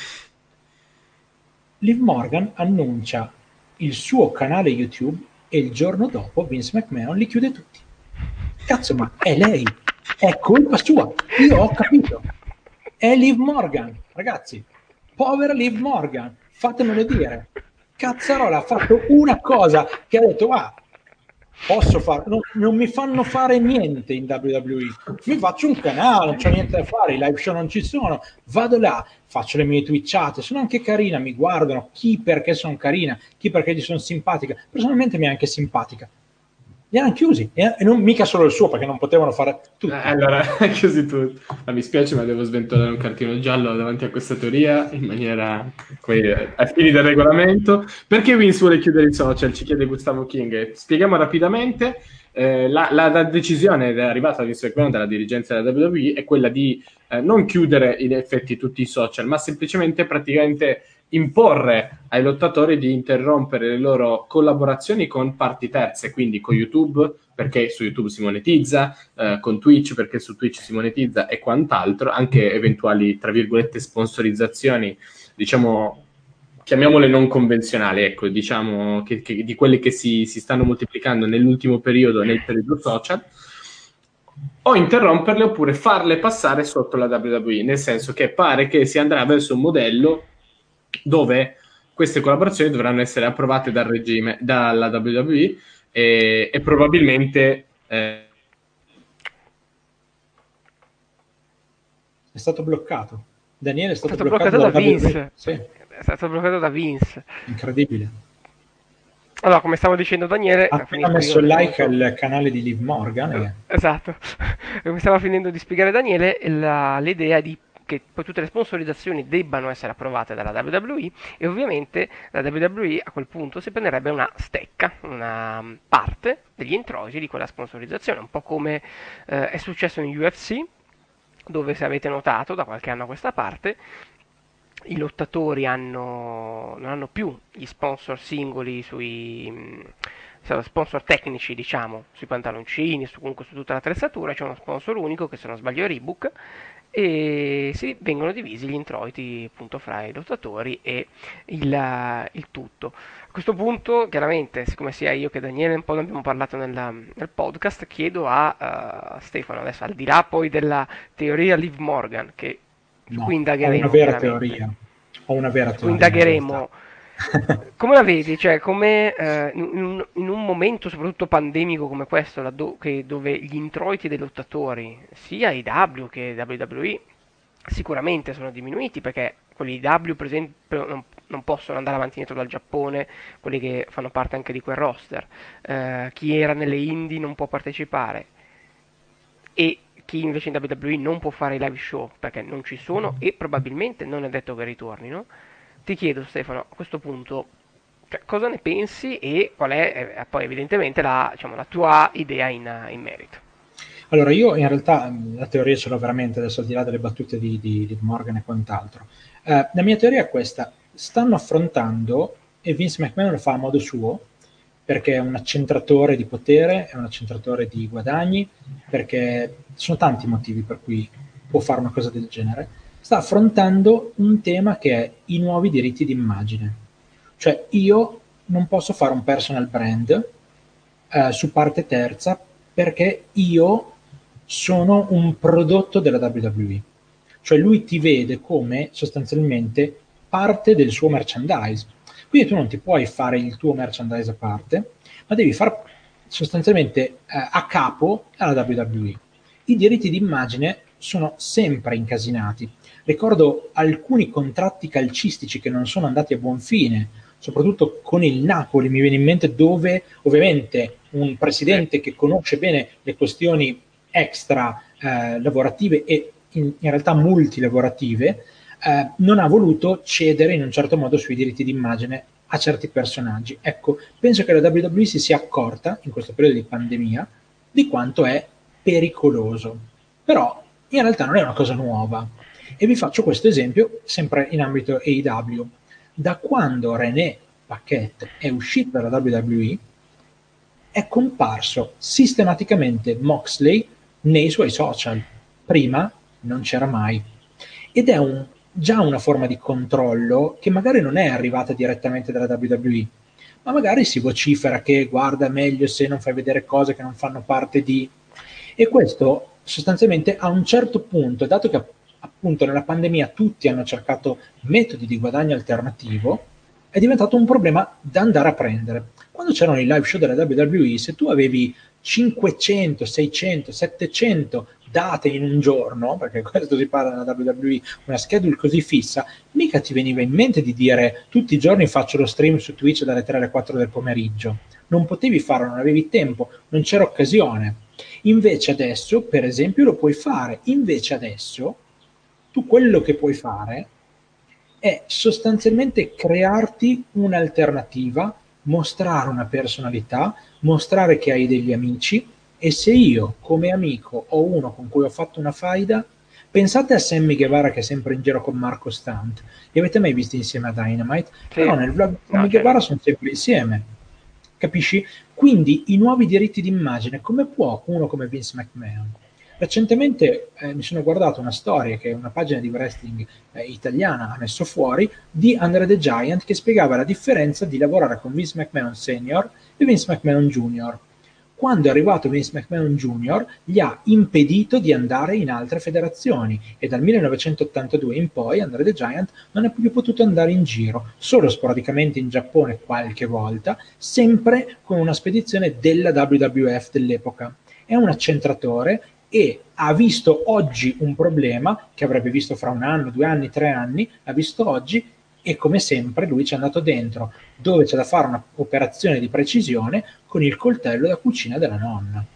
Liv Morgan annuncia il suo canale YouTube e il giorno dopo Vince McMahon li chiude tutti. Cazzo, ma è lei, è colpa sua, io ho capito, è Liv Morgan, ragazzi, povera Liv Morgan, fatemelo dire. Cazzarola ha fatto una cosa che ha detto, ah, posso fare, non, non mi fanno fare niente in W W E, mi faccio un canale, non c'ho niente da fare, i live show non ci sono, vado là, faccio le mie twitchate, sono anche carina, mi guardano, chi perché sono carina, chi perché gli sono simpatica, personalmente mi è anche simpatica. li hanno chiusi, e non mica solo il suo, perché non potevano fare tutti.
Eh, allora, chiusi tutti. Ma mi spiace, ma devo sventolare un cartino giallo davanti a questa teoria in maniera, come dire, ai fini del regolamento. Perché Vince vuole chiudere i social? Ci chiede Gustavo King. Spieghiamo rapidamente. Eh, la, la, la decisione arrivata da Vince McMahon, dalla dirigenza della W W E, è quella di eh, non chiudere in effetti tutti i social, ma semplicemente praticamente imporre ai lottatori di interrompere le loro collaborazioni con parti terze, quindi con YouTube, perché su YouTube si monetizza, eh, con Twitch, perché su Twitch si monetizza, e quant'altro, anche eventuali, tra virgolette, sponsorizzazioni, diciamo, chiamiamole non convenzionali, ecco, diciamo, che, che, di quelle che si, si stanno moltiplicando nell'ultimo periodo, nel periodo social, o interromperle oppure farle passare sotto la W W E, nel senso che pare che si andrà verso un modello dove queste collaborazioni dovranno essere approvate dal regime, dalla W W E, e, e probabilmente eh...
è stato bloccato. Daniele è stato,
è stato
bloccato,
bloccato da
Vince.
Sì. È stato bloccato da Vince.
Incredibile.
Allora, come stavo dicendo Daniele,
ha appena messo il like al canale di Liv Morgan. E...
esatto. Come stava finendo di spiegare Daniele, la, l'idea di che poi tutte le sponsorizzazioni debbano essere approvate dalla W W E, e ovviamente la W W E a quel punto si prenderebbe una stecca, una parte degli introiti di quella sponsorizzazione, un po' come eh, è successo in U F C, dove, se avete notato, da qualche anno a questa parte i lottatori hanno, non hanno più gli sponsor singoli sui sponsor tecnici, diciamo, sui pantaloncini, su, comunque su tutta l'attrezzatura, c'è uno sponsor unico, che se non sbaglio è Reebok, e si vengono divisi gli introiti appunto fra i lottatori e il, il tutto. A questo punto, chiaramente, siccome sia io che Daniele un po' ne abbiamo parlato nella, nel podcast, chiedo a uh, Stefano, adesso, al di là poi della teoria Liv Morgan, che su
no,
cui indagheremo,
ho una vera teoria, ho una vera teoria,
indagheremo. Come la vedi? Cioè, come eh, in, un, in un momento soprattutto pandemico come questo, do, che, dove gli introiti dei lottatori, sia I W che W W E, sicuramente sono diminuiti, perché quelli I W per esempio non, non possono andare avanti indietro dal Giappone, quelli che fanno parte anche di quel roster, eh, chi era nelle indie non può partecipare, e chi invece in W W E non può fare i live show perché non ci sono e probabilmente non è detto che ritornino. Ti chiedo, Stefano, a questo punto, cioè, cosa ne pensi e qual è eh, poi evidentemente la, diciamo, la tua idea in, in merito?
Allora, io in realtà la teoria ce l'ho veramente, adesso al di là delle battute di, di, di Morgan e quant'altro. Eh, la mia teoria è questa: stanno affrontando, e Vince McMahon lo fa a modo suo, perché è un accentratore di potere, è un accentratore di guadagni, perché ci sono tanti motivi per cui può fare una cosa del genere. Sta affrontando un tema che è i nuovi diritti d'immagine. Cioè, io non posso fare un personal brand eh, su parte terza, perché io sono un prodotto della W W E. Cioè, lui ti vede come sostanzialmente parte del suo merchandise. Quindi tu non ti puoi fare il tuo merchandise a parte, ma devi far sostanzialmente eh, a capo alla W W E. I diritti d'immagine sono sempre incasinati. Ricordo alcuni contratti calcistici che non sono andati a buon fine, soprattutto con il Napoli, mi viene in mente, dove ovviamente un presidente che conosce bene le questioni extra eh, lavorative e in, in realtà multilavorative, eh, non ha voluto cedere in un certo modo sui diritti d'immagine a certi personaggi. Ecco, penso che la W W E si sia accorta in questo periodo di pandemia di quanto è pericoloso, però in realtà non è una cosa nuova. E vi faccio questo esempio sempre in ambito A E W. Da quando René Paquette è uscito dalla W W E è comparso sistematicamente Moxley nei suoi social. Prima non c'era mai. Ed è un, già una forma di controllo che magari non è arrivata direttamente dalla W W E, ma magari si vocifera che guarda, meglio se non fai vedere cose che non fanno parte di... E questo sostanzialmente a un certo punto, dato che appunto nella pandemia tutti hanno cercato metodi di guadagno alternativo, è diventato un problema da andare a prendere. Quando c'erano i live show della W W E, se tu avevi cinquecento, seicento, settecento date in un giorno, perché questo si parla nella W W E, una schedule così fissa, mica ti veniva in mente di dire tutti i giorni faccio lo stream su Twitch dalle tre alle quattro del pomeriggio. non potevi farlo, non avevi tempo, non c'era occasione. Invece adesso, per esempio, lo puoi fare. Invece adesso, tu quello che puoi fare è sostanzialmente crearti un'alternativa, mostrare una personalità, mostrare che hai degli amici, e se io come amico ho uno con cui ho fatto una faida, pensate a Sammy Guevara che è sempre in giro con Marco Stunt. Li avete mai visti insieme a Dynamite?
Sì.
Però nel vlog di Sammy
No,
Guevara
certo.
sono sempre insieme. Capisci? Quindi i nuovi diritti d'immagine, come può uno come Vince McMahon? Recentemente eh, mi sono guardato una storia che una pagina di wrestling eh, italiana ha messo fuori di Andre the Giant, che spiegava la differenza di lavorare con Vince McMahon Senior e Vince McMahon Junior. Quando è arrivato Vince McMahon Junior gli ha impedito di andare in altre federazioni e dal millenovecentottantadue in poi Andre the Giant non è più potuto andare in giro, solo sporadicamente in Giappone qualche volta, sempre con una spedizione della W W F dell'epoca. È un accentratore e ha visto oggi un problema che avrebbe visto fra un anno, due anni, tre anni, l'ha visto oggi, e come sempre lui ci è andato dentro dove c'è da fare un'operazione di precisione con il coltello da cucina della nonna.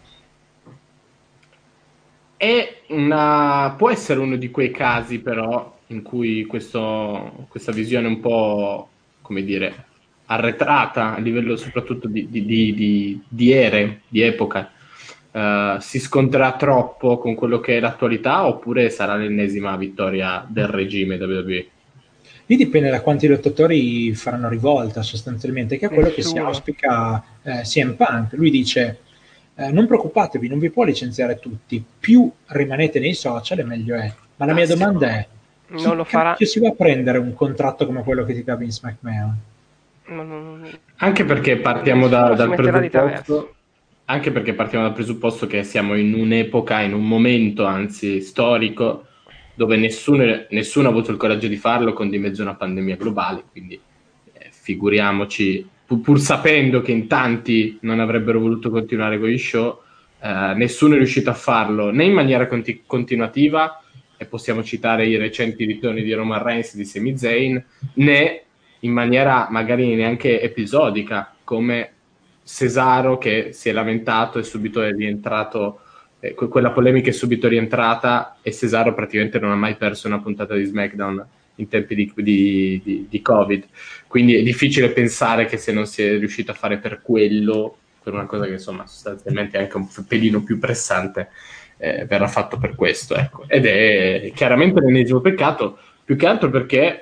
È una... può essere uno di quei casi però in cui questo, questa visione un po', come dire, arretrata a livello soprattutto di, di, di, di, di ere, di epoca, uh, si scontrerà troppo con quello che è l'attualità, oppure sarà l'ennesima vittoria del regime W W E?
Lì dipende da quanti lottatori faranno rivolta sostanzialmente, che è quello
Nessuno.
che si auspica eh, C M Punk. Lui dice eh, non preoccupatevi, non vi può licenziare tutti, più rimanete nei social e meglio è. Ma la mia
Ah, sì.
domanda è, chi
Non lo farà.
cacchio si va a prendere un contratto come quello che ti dà Vince McMahon?
Non- non-
Anche perché partiamo da-
Nessuno si
dal
metterà di traverso.
presupposto, anche perché partiamo dal presupposto che siamo in un'epoca, in un momento anzi storico, dove nessuno, nessuno ha avuto il coraggio di farlo con di mezzo una pandemia globale, quindi eh, figuriamoci, pur, pur sapendo che in tanti non avrebbero voluto continuare con gli show, eh, nessuno è riuscito a farlo né in maniera conti- continuativa, e possiamo citare i recenti ritorni di Roman Reigns e di Sami Zayn, né in maniera magari neanche episodica, come Cesaro che si è lamentato e subito è rientrato, eh, que- quella polemica è subito rientrata, e Cesaro praticamente non ha mai perso una puntata di SmackDown in tempi di, di, di, di Covid, quindi è difficile pensare che se non si è riuscito a fare per quello, per una cosa che insomma sostanzialmente è anche un pelino più pressante, eh, verrà fatto per questo, ecco. Ed è chiaramente l'ennesimo peccato, più che altro perché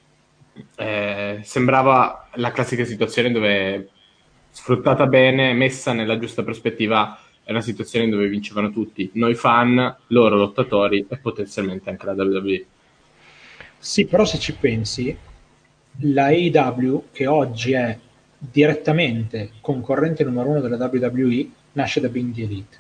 eh, sembrava la classica situazione dove, sfruttata bene, messa nella giusta prospettiva, è una situazione dove vincevano tutti, noi fan, loro lottatori e potenzialmente anche la W W E.
Sì, però se ci pensi, la A E W, che oggi è direttamente concorrente numero uno della W W E, nasce da Being the Elite.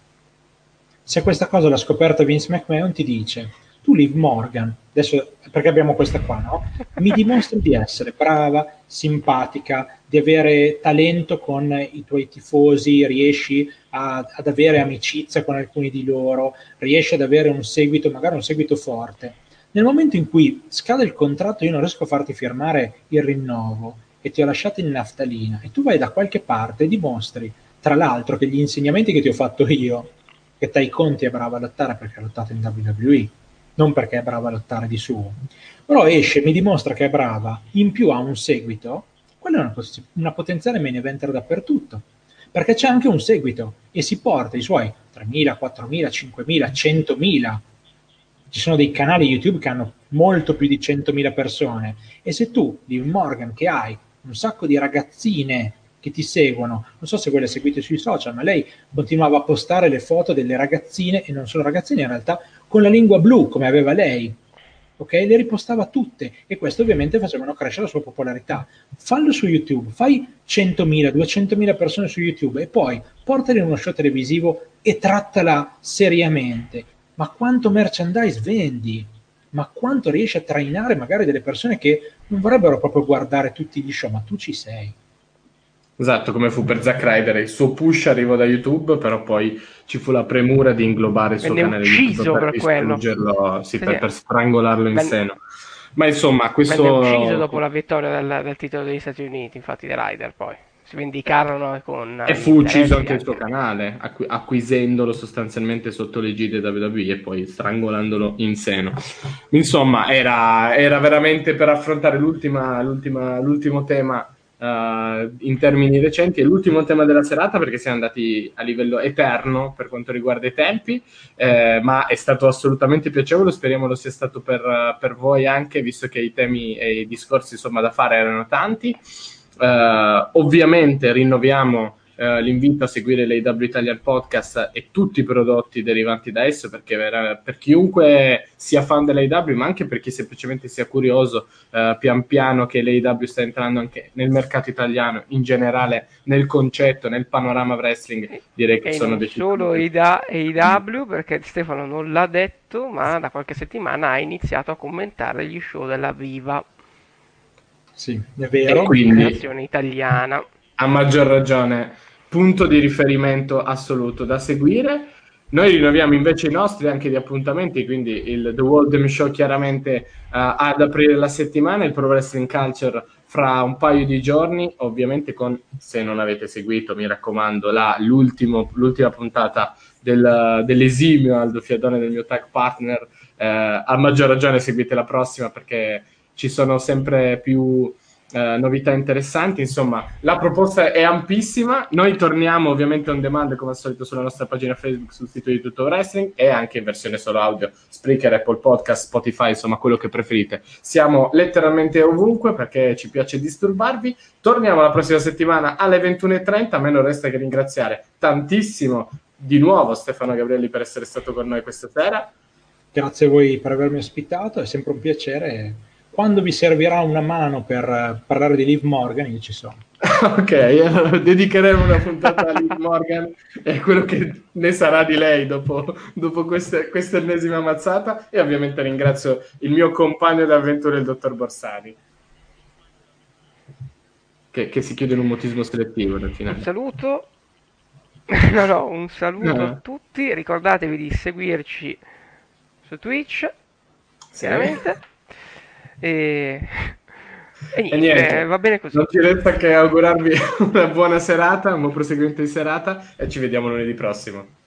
Se questa cosa l'ha scoperta Vince McMahon, ti dice, tu Liv Morgan, adesso perché abbiamo questa qua, no? Mi dimostri di essere brava, simpatica, di avere talento con i tuoi tifosi, riesci a, ad avere amicizia con alcuni di loro, riesci ad avere un seguito, magari un seguito forte. Nel momento in cui scade il contratto, io non riesco a farti firmare il rinnovo e ti ho lasciato in naftalina, e tu vai da qualche parte e dimostri, tra l'altro, che gli insegnamenti che ti ho fatto io, che Tay Conti è brava a lottare perché ha lottato in W W E, non perché è brava a lottare di suo, però esce e mi dimostra che è brava, in più ha un seguito, quella è una, poss- una potenziale main eventer dappertutto, perché c'è anche un seguito e si porta i suoi tremila, quattromila, cinquemila, centomila. Ci sono dei canali YouTube che hanno molto più di centomila persone, e se tu, Liv Morgan, che hai un sacco di ragazzine che ti seguono, non so se voi le seguite sui social, ma lei continuava a postare le foto delle ragazzine, e non solo ragazzine in realtà, con la lingua blu come aveva lei, ok? Le ripostava tutte, e questo ovviamente facevano crescere la sua popolarità. Fallo su YouTube, fai centomila, duecentomila persone su YouTube e poi portali in uno show televisivo e trattala seriamente. Ma quanto merchandise vendi? Ma quanto riesci a trainare magari delle persone che non vorrebbero proprio guardare tutti gli show, ma tu ci sei.
Esatto, come fu per Zack Ryder, il suo push arrivò da YouTube, però poi ci fu la premura di inglobare il suo
Venne
canale
ucciso
YouTube per
per quello.
distruggerlo, sì,
Sì,
per,
sì.
per strangolarlo in
Venne-
seno. Ma insomma,
Venne ucciso
questo...
dopo la vittoria del, del titolo degli Stati Uniti, infatti, di Ryder poi. si vendicarono con...
E fu ucciso anche il suo canale, acqu- acquisendolo sostanzialmente sotto l'egide W W E e poi strangolandolo in seno. Insomma, era, era veramente per affrontare l'ultima, l'ultima, l'ultimo tema uh, in termini recenti e l'ultimo tema della serata, perché siamo andati a livello eterno per quanto riguarda i tempi, eh, ma è stato assolutamente piacevole, speriamo lo sia stato per, per voi anche, visto che i temi e i discorsi insomma da fare erano tanti. Uh, ovviamente rinnoviamo uh, l'invito a seguire l'A E W Italian Podcast e tutti i prodotti derivanti da esso, perché per, per chiunque sia fan dell'A E W, ma anche per chi semplicemente sia curioso, uh, pian piano che l'A E W sta entrando anche nel mercato italiano, in generale nel concetto, nel panorama wrestling, direi che
e
sono
non solo A E W, perché Stefano non l'ha detto, ma da qualche settimana ha iniziato a commentare gli show della Viva.
Sì, è vero.
E quindi,
versione italiana.
A maggior ragione, punto di riferimento assoluto da seguire. Noi rinnoviamo invece i nostri anche di appuntamenti, quindi il The World Show chiaramente uh, ad aprire la settimana, il Pro Wrestling Culture fra un paio di giorni, ovviamente con, se non avete seguito, mi raccomando, la, l'ultimo, l'ultima puntata del, dell'esimio Aldo Fiadone, del mio tag partner, uh, a maggior ragione seguite la prossima, perché ci sono sempre più eh, novità interessanti. Insomma, la proposta è ampissima. Noi torniamo ovviamente on demand come al solito sulla nostra pagina Facebook, sul sito di Tutto Wrestling, e anche in versione solo audio, Spreaker, Apple Podcast, Spotify, insomma quello che preferite. Siamo letteralmente ovunque perché ci piace disturbarvi. Torniamo la prossima settimana alle ventuno e trenta. A me non resta che ringraziare tantissimo di nuovo Stefano Gabrielli per essere stato con noi questa sera.
Grazie a voi per avermi ospitato, è sempre un piacere. Quando vi servirà una mano per parlare di Liv Morgan, io ci sono.
Ok, allora dedicheremo una puntata a Liv Morgan e quello che ne sarà di lei dopo, dopo questa, questa ennesima mazzata. E ovviamente ringrazio il mio compagno d'avventura, il dottor Borsari, che, che si chiude in un mutismo selettivo nel finale.
Un saluto. No, no, un saluto no. a tutti. Ricordatevi di seguirci su Twitch,
sì.
Chiaramente. E, e, niente,
e niente,
va bene così.
Non ci resta che augurarvi una buona serata, un buon proseguimento di serata e ci vediamo lunedì prossimo.